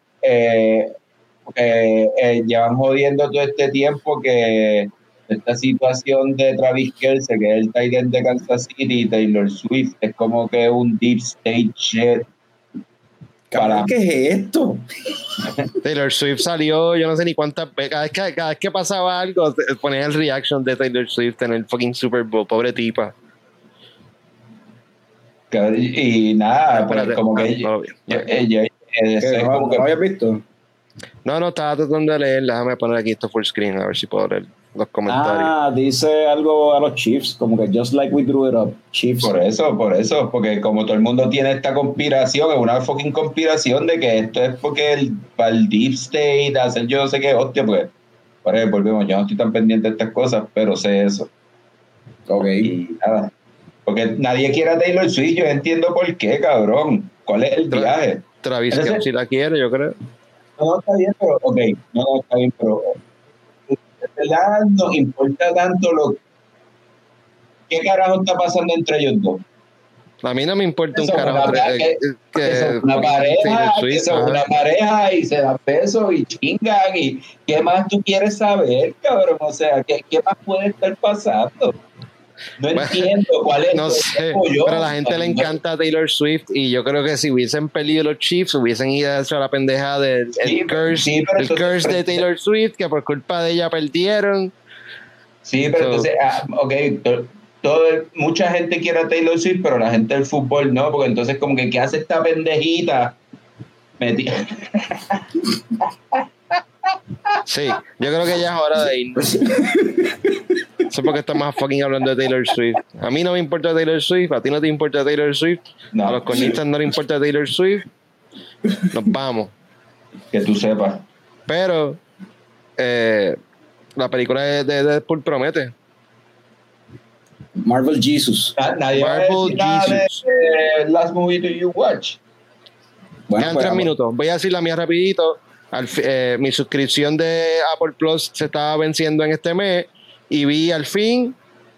C: llevan jodiendo todo este tiempo que esta situación de Travis Kelce, que es el tight end de Kansas City, y Taylor Swift, es como que un deep state shit.
B: ¿Qué es esto?
A: Taylor Swift salió, yo no sé ni cuántas veces, cada vez que pasaba algo, ponía el reaction de Taylor Swift en el fucking Super Bowl, pobre tipa.
C: Y nada, pues como que
B: ¿No lo habías visto?
A: No, estaba tratando de leer, déjame poner aquí esto full screen, a ver si puedo leer los comentarios.
B: Dice algo a los Chiefs, como que just like we drew it up, Chiefs.
C: Por eso, porque como todo el mundo tiene esta conspiración, es una fucking conspiración de que esto es porque para el Deep State, hacer yo no sé qué, hostia, pues, por ahí volvemos, yo no estoy tan pendiente de estas cosas, pero sé eso.
B: Ok.
C: Y nada, porque nadie quiere a Taylor Swift, yo entiendo por qué, cabrón. ¿Cuál es el viaje?
A: Travis Kelce si la quiere, yo creo.
C: No, está bien, pero, está bien, pero ¿verdad? Nos importa tanto ¿qué carajo está pasando entre ellos dos?
A: A mí no me importa un carajo
C: que son una pareja, una pareja y se dan besos y chingan y ¿qué más tú quieres saber, cabrón? O sea, ¿qué más puede estar pasando? No entiendo cuál es.
A: No sé, pero a la gente le encanta Taylor Swift y yo creo que si hubiesen perdido los Chiefs hubiesen ido a la pendeja del curse de Taylor Swift, que por culpa de ella perdieron.
C: Sí, pero entonces, mucha gente quiere a Taylor Swift, pero la gente del fútbol no, porque entonces como que ¿qué hace esta pendejita?
A: Sí, yo creo que ya es hora de irnos. Eso es porque estamos fucking hablando de Taylor Swift. A mí no me importa Taylor Swift, a ti no te importa Taylor Swift, a los coñistas no le importa Taylor Swift. Nos vamos.
C: Que tú sepas.
A: Pero la película de Deadpool promete.
B: Marvel Jesus.
A: Marvel Jesus.
C: Last movie do you watch?
A: Bueno, quedan 3 minutos. Voy a decir la mía rapidito. Mi suscripción de Apple Plus se estaba venciendo en este mes y vi al fin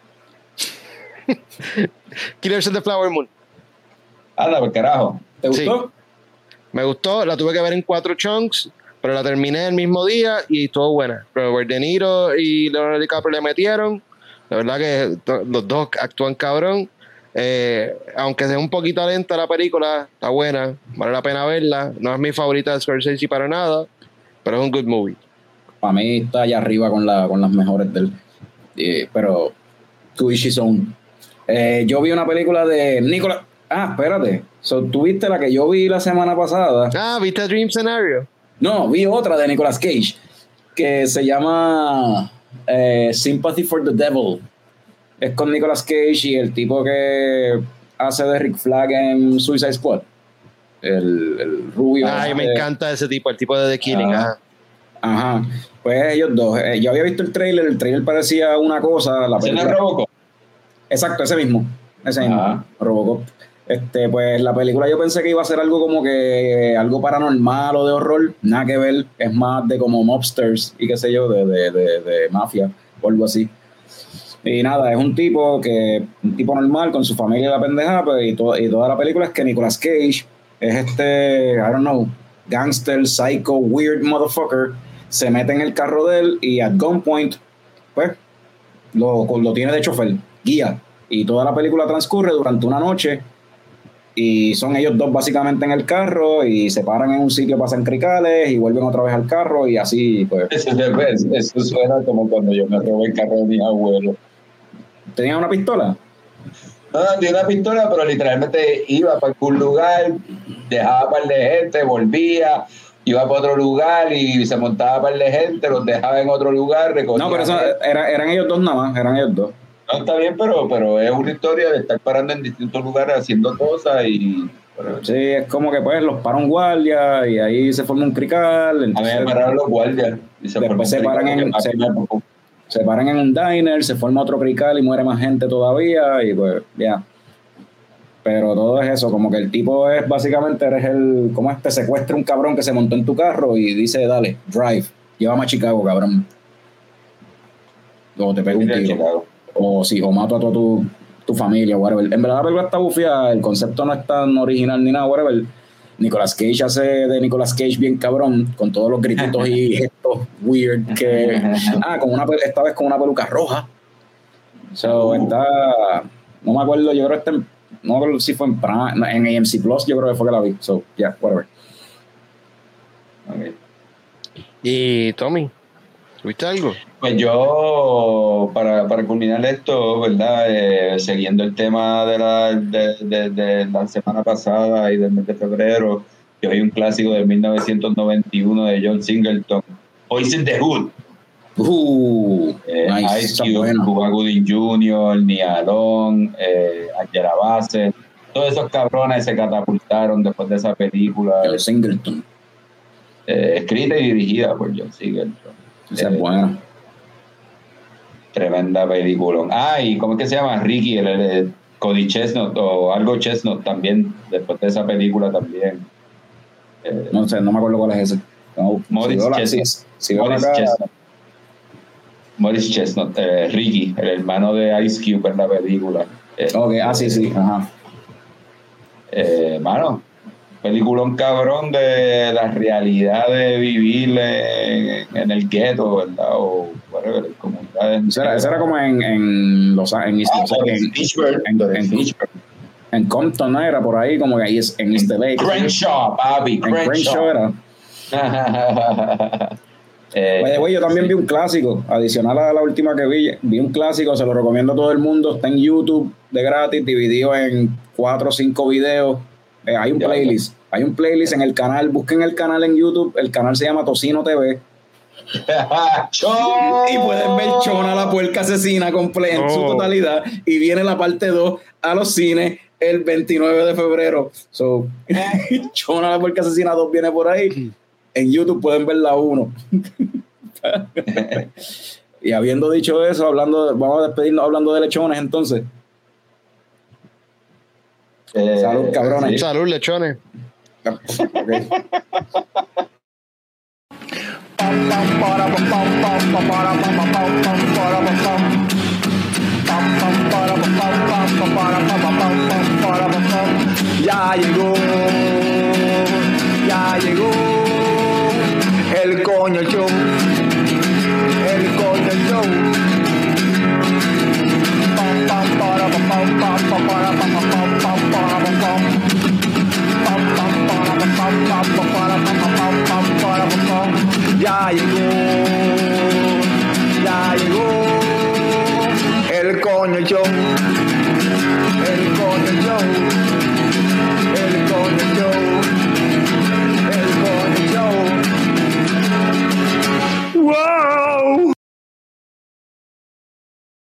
A: Killers of the Flower Moon.
C: Anda, por carajo. ¿Te gustó?
A: Sí. Me gustó, la tuve que ver en 4 chunks, pero la terminé el mismo día y estuvo buena. Robert De Niro y Leonardo DiCaprio le metieron. La verdad que los dos actúan cabrón. Aunque sea un poquito lenta la película, está buena, vale la pena verla. No es mi favorita de Scorsese para nada, pero es un good movie.
B: Para mí está allá arriba con las mejores del. Pero to each his own. Yo vi una película de Nicolas. Espérate. ¿Tú viste la que yo vi la semana pasada?
A: ¿Viste Dream Scenario?
B: No, vi otra de Nicolas Cage que se llama Sympathy for the Devil. Es con Nicolas Cage y el tipo que hace de Rick Flag en Suicide Squad. El rubio.
A: Me encanta ese tipo, el tipo de The Killing.
B: Ajá. Pues ellos dos. Yo había visto el trailer parecía una cosa.
C: ¿Ese no es Robocop?
B: Exacto, ese mismo, Robocop. Pues la película yo pensé que iba a ser algo como que algo paranormal o de horror, nada que ver, es más de como mobsters y qué sé yo, de mafia o algo así. Y nada, es un tipo normal con su familia y la pendeja, pues, y toda la película es que Nicolas Cage es I don't know, gangster, psycho, weird motherfucker, se mete en el carro de él y at gunpoint, pues, lo tiene de chofer, guía. Y toda la película transcurre durante una noche y son ellos dos básicamente en el carro y se paran en un sitio, pasan cricales y vuelven otra vez al carro y así, pues.
C: Eso suena como cuando yo me robé el carro de mi abuelo.
B: ¿Tenía una pistola?
C: No, tenía una pistola, pero literalmente iba para algún lugar, dejaba un par de gente, volvía, iba para otro lugar y se montaba un par de gente, los dejaba en otro lugar, recogía.
B: No, pero eso eran ellos dos nada más, eran ellos dos.
C: No, está bien, pero es una historia de estar parando en distintos lugares haciendo cosas y...
B: Sí, es como que pues los para un guardia y ahí se forma un crical.
C: Entonces, a mí me pararon los guardias. Y
B: después se paran en un diner, se forma otro crical y muere más gente todavía y pues ya. Pero todo es eso, como que el tipo es básicamente, eres el, como te secuestra un cabrón que se montó en tu carro y dice, dale, drive, llévame a Chicago, cabrón. O te pego un tiro. O sí, o mato a toda tu familia, whatever. En verdad la película está bufiada, el concepto no es tan original ni nada, whatever. Nicolas Cage hace de Nicolas Cage bien cabrón, con todos los grititos y gestos weird que... esta vez con una peluca roja. So, no me acuerdo, yo creo que no me acuerdo si fue en AMC Plus, yo creo que fue que la vi. So, yeah, whatever.
A: Okay. Y Tommy, ¿viste algo?
C: Pues yo, para culminar esto, ¿verdad? Siguiendo el tema de la semana pasada y del mes de febrero, yo hay un clásico de 1991 de John Singleton, Boys in the Hood.
B: Nice,
C: Ice Cube, Cuba Gooding Jr., Nia Long, Angela Bassett, todos esos cabrones se catapultaron después de esa película.
B: John Singleton.
C: Escrita y dirigida por John Singleton.
B: Esa es buena.
C: Tremenda película. Y ¿cómo es que se llama? Ricky, el Cody Chestnut o algo Chestnut también, después de esa película también.
B: No sé, no me acuerdo cuál es ese. No,
C: Morris Chestnut. Morris Chestnut, Ricky, el hermano de Ice Cube en la película.
B: Sí, ajá.
C: Mano, peliculón cabrón de la realidad de vivir en el gueto, ¿verdad? O whatever, comunidades.
B: Esa era como en Los Ángeles, en Compton, ¿no? Era por ahí, como que ahí es en East LA.
C: Crenshaw, papi,
B: Crenshaw era. Yo también vi un clásico, adicional a la última que vi un clásico, se lo recomiendo a todo el mundo, está en YouTube de gratis, dividido en 4 o 5 videos. Hay un playlist en el canal, busquen el canal en YouTube, el canal se llama Tocino TV. Y pueden ver Chona la puerca asesina en su totalidad, y viene la parte 2 a los cines el 29 de febrero. So, Chona la puerca asesina 2 viene por ahí. En YouTube pueden ver la 1. Y habiendo dicho eso, vamos a despedirnos hablando de lechones entonces. Salud, cabrones.
A: Sí. Salud, lechones.
B: Okay.
E: Ya llegó el coño show, ya llegó el coño show.